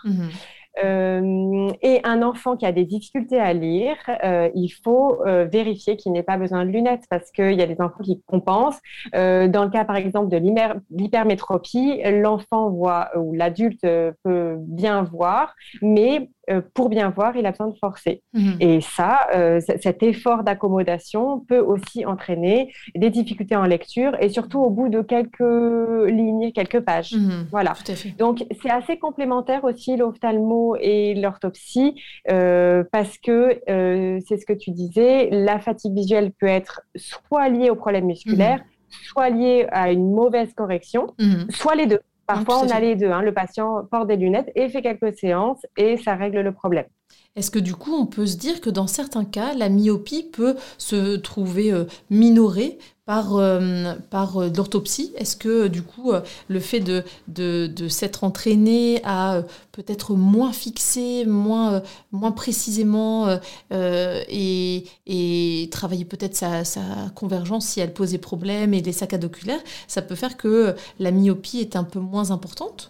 Et un enfant qui a des difficultés à lire, il faut vérifier qu'il n'ait pas besoin de lunettes parce qu'il y a des enfants qui compensent. Dans le cas, par exemple, de l'hypermétropie, l'enfant voit ou l'adulte peut bien voir, mais pour bien voir, il a besoin de forcer. Et ça, cet effort d'accommodation peut aussi entraîner des difficultés en lecture et surtout au bout de quelques lignes, quelques pages. Voilà. Tout à fait. Donc, c'est assez complémentaire aussi l'ophtalmo et l'orthopsie parce que c'est ce que tu disais, la fatigue visuelle peut être soit liée aux problèmes musculaires, soit liée à une mauvaise correction, soit les deux. Parfois, on a les deux. Hein. Le patient porte des lunettes et fait quelques séances et ça règle le problème. Est-ce que du coup, on peut se dire que dans certains cas, la myopie peut se trouver minorée par l'orthopsie? Est-ce que du coup, le fait de s'être entraîné à peut-être moins fixer, moins précisément et travailler peut-être sa convergence si elle posait problème et les saccades oculaires, ça peut faire que la myopie est un peu moins importante?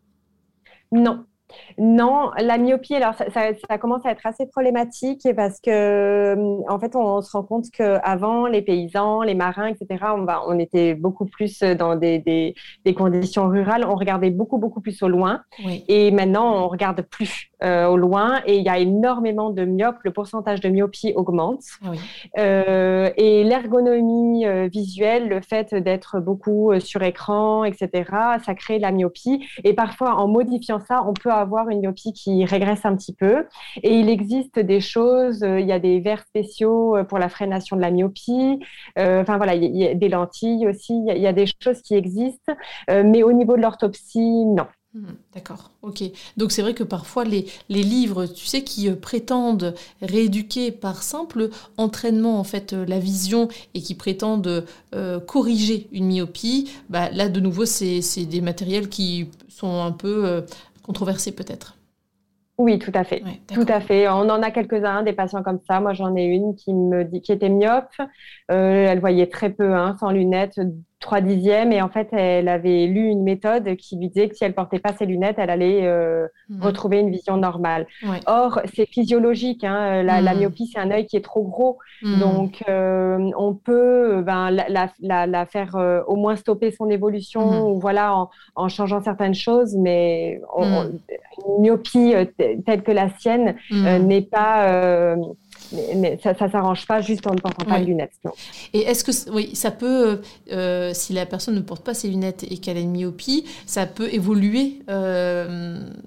Non, la myopie, alors ça commence à être assez problématique parce que en fait, on se rend compte qu'avant, les paysans, les marins, etc., on était beaucoup plus dans des conditions rurales. On regardait beaucoup plus au loin. Oui. Et maintenant, on regarde plus au loin et il y a énormément de myopes. Le pourcentage de myopie augmente. Ah oui. Et l'ergonomie visuelle, le fait d'être beaucoup sur écran, etc., ça crée la myopie. Et parfois, en modifiant ça, on peut avoir une myopie qui régresse un petit peu. Et il existe des choses, il y a des verres spéciaux pour la freination de la myopie. Enfin voilà, il y a des lentilles aussi. Il y a des choses qui existent. Mais au niveau de l'orthopsie, non. D'accord, ok. Donc c'est vrai que parfois les livres, tu sais, qui prétendent rééduquer par simple entraînement en fait la vision et qui prétendent corriger une myopie, bah, là de nouveau c'est des matériels qui sont un peu controversés peut-être. Oui, tout à fait. Ouais, tout à fait. On en a quelques-uns, des patients comme ça. Moi, j'en ai une qui était myope. Elle voyait très peu, sans lunettes, 3/10. Et en fait, elle avait lu une méthode qui lui disait que si elle portait pas ses lunettes, elle allait retrouver une vision normale. Ouais. Or, c'est physiologique. La myopie, c'est un œil qui est trop gros. Donc, on peut la faire au moins stopper son évolution ou voilà, en changeant certaines choses. Mais une myopie telle que la sienne n'est pas... mais ça s'arrange pas juste en ne portant pas de lunettes. Non. Et est-ce que oui, ça peut, si la personne ne porte pas ses lunettes et qu'elle a une myopie, ça peut évoluer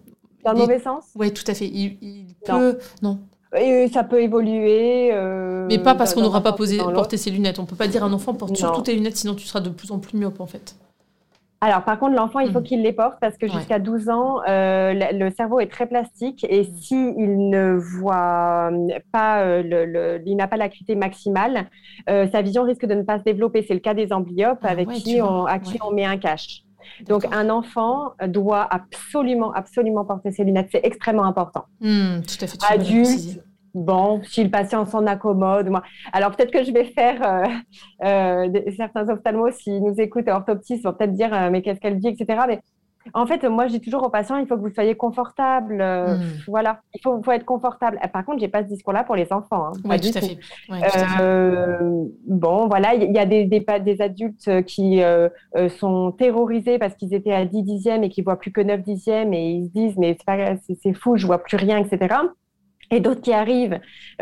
Dans le mauvais sens? Oui, tout à fait. Il Non. peut... Non. Et ça peut évoluer. Mais pas parce qu'on dans n'aura un pas sens ou dans l'autre. porté ses lunettes. On peut pas dire à un enfant, porte surtout Non. tes lunettes, sinon tu seras de plus en plus myope, en fait. Alors, par contre, l'enfant, il faut qu'il les porte parce que Ouais. jusqu'à 12 ans, le cerveau est très plastique et s'il ne voit pas, il n'a pas l'acuité maximale, sa vision risque de ne pas se développer. C'est le cas des amblyopes Ah avec ouais, tu vois. à qui Ouais. on met un cache. Donc, D'accord. un enfant doit absolument, absolument porter ses lunettes. C'est extrêmement important. Tout à fait, tu fais bien de le préciser. Adulte, bon, si le patient s'en accommode. Alors peut-être que je vais faire certains ophtalmos s'ils nous écoutent, orthoptistes vont peut-être dire mais qu'est-ce qu'elle dit, etc. Mais en fait, moi, je dis toujours aux patients, il faut que vous soyez confortable. Voilà, faut être confortable. Par contre, j'ai pas ce discours-là pour les enfants, hein, Oui, pas tout du à tout. fait. Ouais, tout à fait. Bon, voilà, il y a des adultes qui sont terrorisés parce qu'ils étaient à 10 dixièmes et qui voient plus que 9 dixièmes et ils se disent mais c'est fou, je vois plus rien, etc. Et d'autres qui arrivent,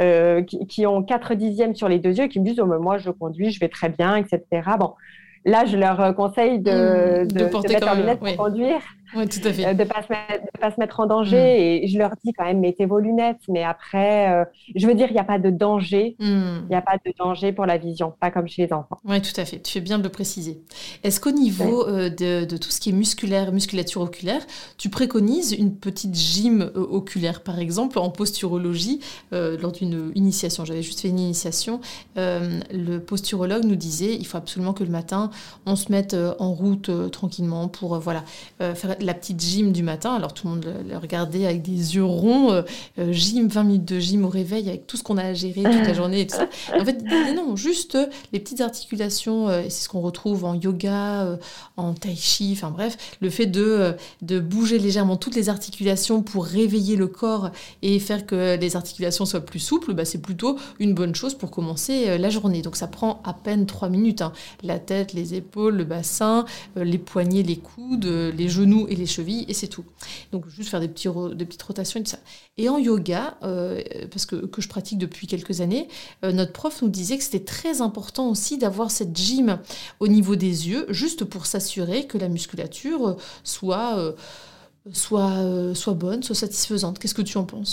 qui ont 4 dixièmes sur les deux yeux et qui me disent oh, mais moi, je conduis, je vais très bien, etc. Bon, là, je leur conseille De de porter mettre quand leurs même. lunettes pour Oui, conduire, ouais, tout à fait. de pas se mettre en danger. Et je leur dis quand même, mettez vos lunettes. Mais après, je veux dire, il n'y a pas de danger. Il n'y a pas de danger pour la vision, pas comme chez les enfants. Oui, tout à fait. Tu fais bien de le préciser. Est-ce qu'au Ouais. niveau de tout ce qui est musculature oculaire, tu préconises une petite gym oculaire, par exemple, en posturologie, lors d'une initiation? J'avais juste fait une initiation. Le posturologue nous disait il faut absolument que le matin, on se mette en route tranquillement pour faire la petite gym du matin. Alors tout le monde le regardait avec des yeux ronds. Gym, 20 minutes de gym au réveil avec tout ce qu'on a à gérer toute la journée et tout ça. Et en fait, il disait non, juste les petites articulations, et c'est ce qu'on retrouve en yoga, en tai chi, enfin bref, le fait de bouger légèrement toutes les articulations pour réveiller le corps et faire que les articulations soient plus souples, bah, c'est plutôt une bonne chose pour commencer la journée. Donc ça prend à peine 3 minutes. Hein. La tête, les épaules, le bassin, les poignets, les coudes, les genoux et les chevilles, et c'est tout. Donc juste faire des petites rotations et tout ça. Et en yoga, parce que je pratique depuis quelques années, notre prof nous disait que c'était très important aussi d'avoir cette gym au niveau des yeux, juste pour s'assurer que la musculature soit bonne, soit satisfaisante. Qu'est-ce que tu en penses ?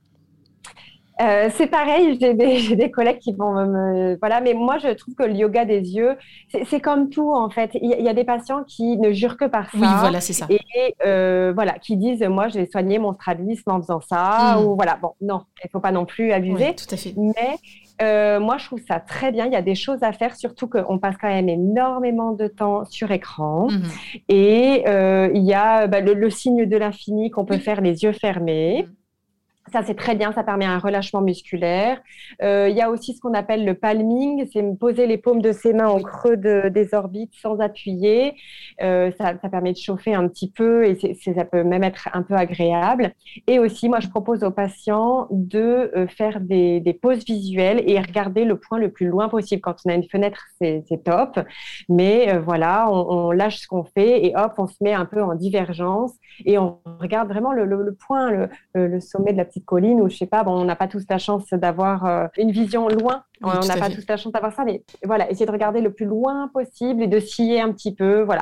C'est pareil, j'ai des collègues qui vont Voilà, mais moi, je trouve que le yoga des yeux, c'est comme tout, en fait. Il y a des patients qui ne jurent que par ça. Oui, voilà, c'est ça. Et voilà, qui disent, moi, je vais soigner mon strabisme en faisant ça. Ou voilà, bon, non, il ne faut pas non plus abuser. Oui, tout à fait. Mais moi, je trouve ça très bien. Il y a des choses à faire, surtout qu'on passe quand même énormément de temps sur écran. Et il y a le signe de l'infini qu'on peut faire les yeux fermés. Ça, c'est très bien, ça permet un relâchement musculaire. Il y a aussi ce qu'on appelle le palming, c'est poser les paumes de ses mains au creux des orbites sans appuyer. Ça permet de chauffer un petit peu et ça peut même être un peu agréable. Et aussi, moi, je propose aux patients de faire des pauses visuelles et regarder le point le plus loin possible. Quand on a une fenêtre, c'est top. Mais voilà, on lâche ce qu'on fait et hop, on se met un peu en divergence et on regarde vraiment le point, le sommet de la petite colline ou je sais pas, bon, on n'a pas tous la chance d'avoir une vision loin, Oui, on n'a pas tous la chance d'avoir ça, mais voilà, essayer de regarder le plus loin possible et de scier un petit peu, voilà.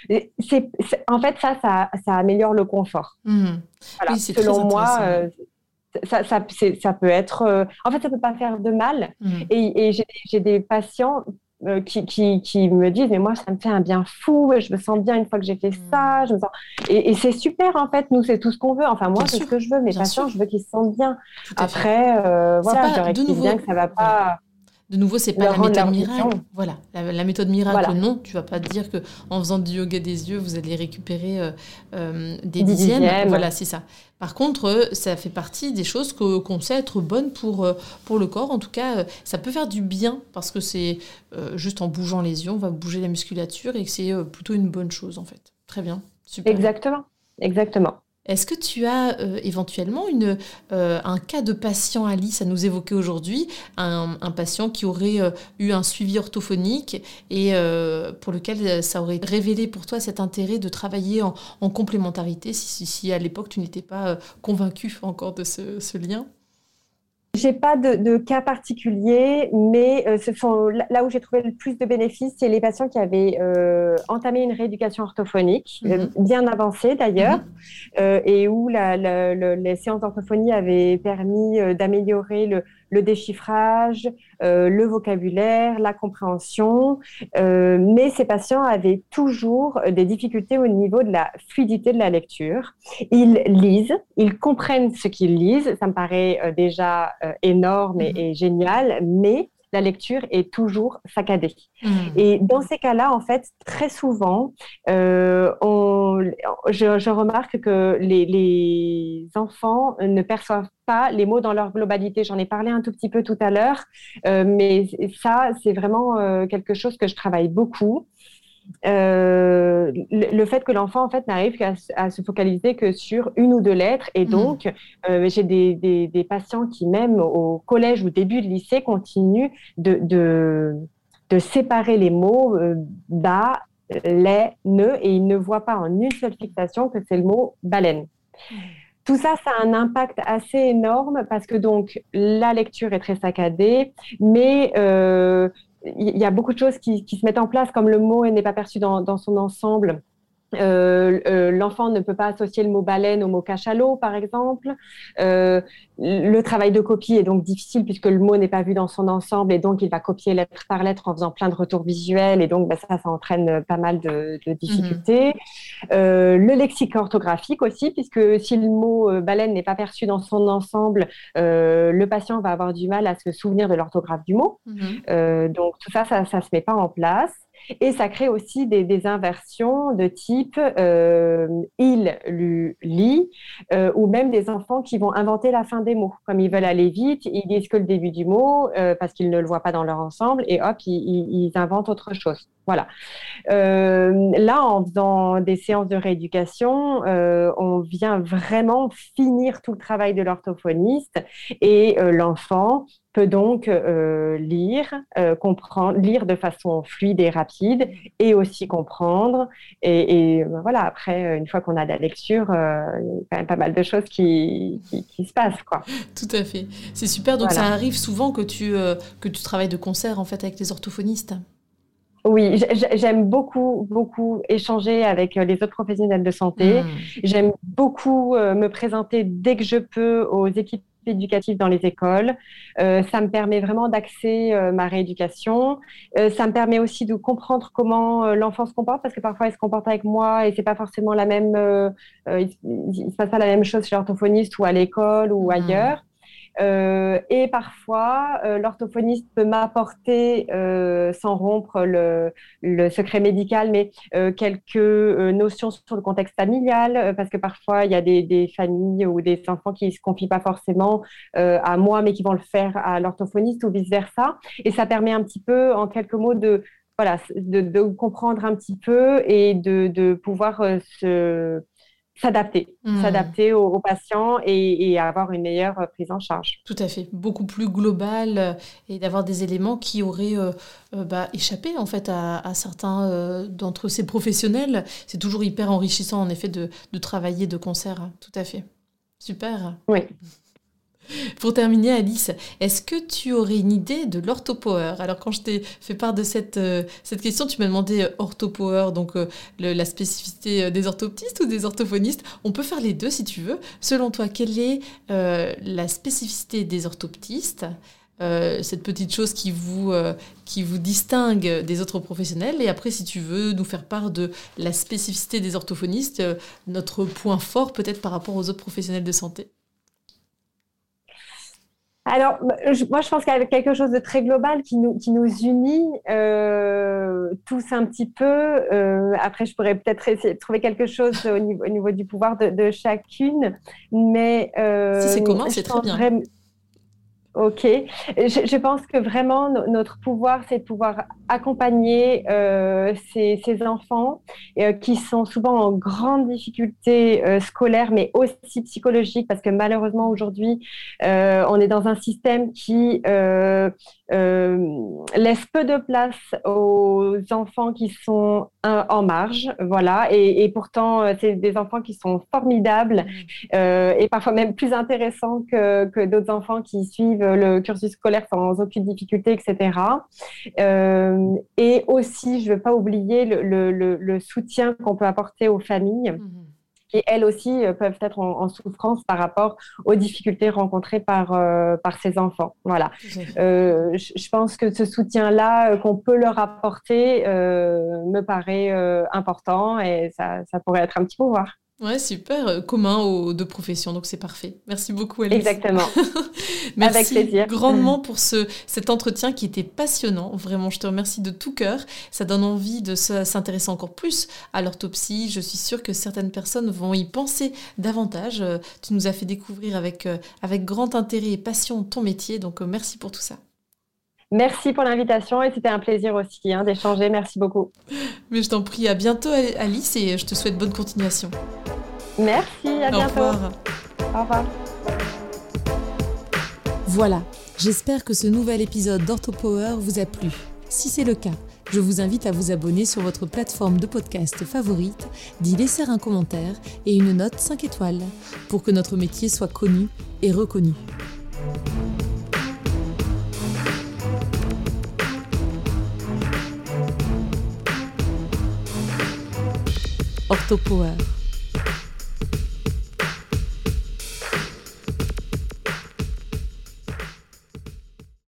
En fait, ça améliore le confort. Voilà. Oui, c'est selon moi, ça peut être... en fait, ça peut pas faire de mal. Et j'ai des patients qui me disent mais moi ça me fait un bien fou et je me sens bien une fois que j'ai fait ça, je me sens... et c'est super en fait, nous c'est tout ce qu'on veut, enfin moi c'est ce que je veux, mes patients je veux qu'ils se sentent bien. Après voilà, je leur explique bien que ça va pas de nouveau, c'est pas la méthode miracle. Vision. Voilà, la méthode miracle, non. Tu vas pas te dire que en faisant du yoga des yeux, vous allez récupérer des dixièmes. Voilà, c'est ça. Par contre, ça fait partie des choses qu'on sait être bonnes pour le corps. En tout cas, ça peut faire du bien parce que c'est juste en bougeant les yeux, on va bouger la musculature et que c'est plutôt une bonne chose en fait. Très bien, super. Exactement. Est-ce que tu as éventuellement un cas de patient, Alice, à nous évoquer aujourd'hui, un patient qui aurait eu un suivi orthophonique et pour lequel ça aurait révélé pour toi cet intérêt de travailler en complémentarité, si à l'époque tu n'étais pas convaincue encore de ce lien ? J'ai pas de cas particulier, mais ce sont là où j'ai trouvé le plus de bénéfices, c'est les patients qui avaient entamé une rééducation orthophonique, bien avancée d'ailleurs, et où les séances d'orthophonie avaient permis d'améliorer le déchiffrage, le vocabulaire, la compréhension, mais ces patients avaient toujours des difficultés au niveau de la fluidité de la lecture. Ils lisent, ils comprennent ce qu'ils lisent, ça me paraît déjà énorme et génial, mais la lecture est toujours saccadée. Et dans ces cas-là, en fait, très souvent, je remarque que les enfants ne perçoivent pas les mots dans leur globalité. J'en ai parlé un tout petit peu tout à l'heure, mais ça, c'est vraiment quelque chose que je travaille beaucoup. Le fait que l'enfant en fait n'arrive qu'à se focaliser que sur une ou deux lettres et donc j'ai des patients qui même au collège ou début de lycée continuent de séparer les mots bas, lait, ne et ils ne voient pas en une seule fixation que c'est le mot baleine. Tout ça, ça a un impact assez énorme parce que donc la lecture est très saccadée, mais il y a beaucoup de choses qui se mettent en place, comme le mot n'est pas perçu dans son ensemble. L'enfant ne peut pas associer le mot baleine au mot cachalot, par exemple. Le travail de copie est donc difficile puisque le mot n'est pas vu dans son ensemble et donc il va copier lettre par lettre en faisant plein de retours visuels et donc ça entraîne pas mal de difficultés. Le lexique orthographique aussi, puisque si le mot baleine n'est pas perçu dans son ensemble, le patient va avoir du mal à se souvenir de l'orthographe du mot. Donc tout ça se met pas en place. Et ça crée aussi des inversions de type il, lui, lit, ou même des enfants qui vont inventer la fin des mots. Comme ils veulent aller vite, ils disent que le début du mot parce qu'ils ne le voient pas dans leur ensemble et hop, ils inventent autre chose. Voilà. Là, en faisant des séances de rééducation, on vient vraiment finir tout le travail de l'orthophoniste et l'enfant peut donc lire, comprendre, lire de façon fluide et rapide et aussi comprendre. Et voilà, après, une fois qu'on a la lecture, il y a quand même pas mal de choses qui se passent, quoi. Tout à fait. C'est super. Donc, Voilà. ça arrive souvent que tu travailles de concert, en fait, avec les orthophonistes. Oui, j'aime beaucoup, beaucoup échanger avec les autres professionnels de santé. J'aime beaucoup me présenter dès que je peux aux équipes éducatives dans les écoles. Ça me permet vraiment d'axer ma rééducation. Ça me permet aussi de comprendre comment l'enfant se comporte parce que parfois il se comporte avec moi et c'est pas forcément la même. Il se passe pas la même chose chez l'orthophoniste ou à l'école ou ailleurs. Et parfois, l'orthophoniste peut m'apporter, sans rompre le secret médical, mais quelques notions sur le contexte familial, parce que parfois, il y a des familles ou des enfants qui ne se confient pas forcément à moi, mais qui vont le faire à l'orthophoniste ou vice-versa. Et ça permet un petit peu, en quelques mots, de comprendre un petit peu et de pouvoir s'adapter aux patients et avoir une meilleure prise en charge. Tout à fait, beaucoup plus global et d'avoir des éléments qui auraient échappé en fait à certains d'entre ces professionnels. C'est toujours hyper enrichissant en effet de travailler de concert, tout à fait. Super. Oui. Pour terminer, Alice, est-ce que tu aurais une idée de l'orthopower ? Alors, quand je t'ai fait part de cette question, tu m'as demandé orthopower, donc la spécificité des orthoptistes ou des orthophonistes. On peut faire les deux si tu veux. Selon toi, quelle est la spécificité des orthoptistes, cette petite chose qui vous distingue des autres professionnels? Et après, si tu veux nous faire part de la spécificité des orthophonistes, notre point fort peut-être par rapport aux autres professionnels de santé. Alors, moi, je pense qu'avec quelque chose de très global qui nous unit tous un petit peu. Après, je pourrais peut-être essayer de trouver quelque chose au niveau du pouvoir de chacune. Mais si c'est commun, c'est très bien. Ok. Je pense que vraiment, notre pouvoir, c'est de pouvoir accompagner ces enfants qui sont souvent en grande difficulté scolaire, mais aussi psychologique, parce que malheureusement aujourd'hui, on est dans un système qui laisse peu de place aux enfants qui sont en marge, voilà, et pourtant c'est des enfants qui sont formidables et parfois même plus intéressants que d'autres enfants qui suivent le cursus scolaire sans aucune difficulté, etc. Et aussi, je ne veux pas oublier le soutien qu'on peut apporter aux familles. Qui elles aussi peuvent être en souffrance par rapport aux difficultés rencontrées par ces enfants. Voilà. Je pense que ce soutien-là qu'on peut leur apporter me paraît important et ça pourrait être un petit pouvoir. Ouais, super, commun aux deux professions, donc c'est parfait. Merci beaucoup, Alice. Exactement. Merci avec plaisir. Grandement pour cet entretien qui était passionnant. Vraiment, je te remercie de tout cœur. Ça donne envie de s'intéresser encore plus à l'orthopsie. Je suis sûre que certaines personnes vont y penser davantage. Tu nous as fait découvrir avec grand intérêt et passion ton métier, donc merci pour tout ça. Merci pour l'invitation et c'était un plaisir aussi d'échanger. Merci beaucoup. Mais je t'en prie, à bientôt Alice et je te souhaite bonne continuation. Merci, à bientôt. Au revoir. Au revoir. Voilà, j'espère que ce nouvel épisode d'OrthoPower vous a plu. Si c'est le cas, je vous invite à vous abonner sur votre plateforme de podcast favorite, d'y laisser un commentaire et une note 5 étoiles pour que notre métier soit connu et reconnu. OrthoPower.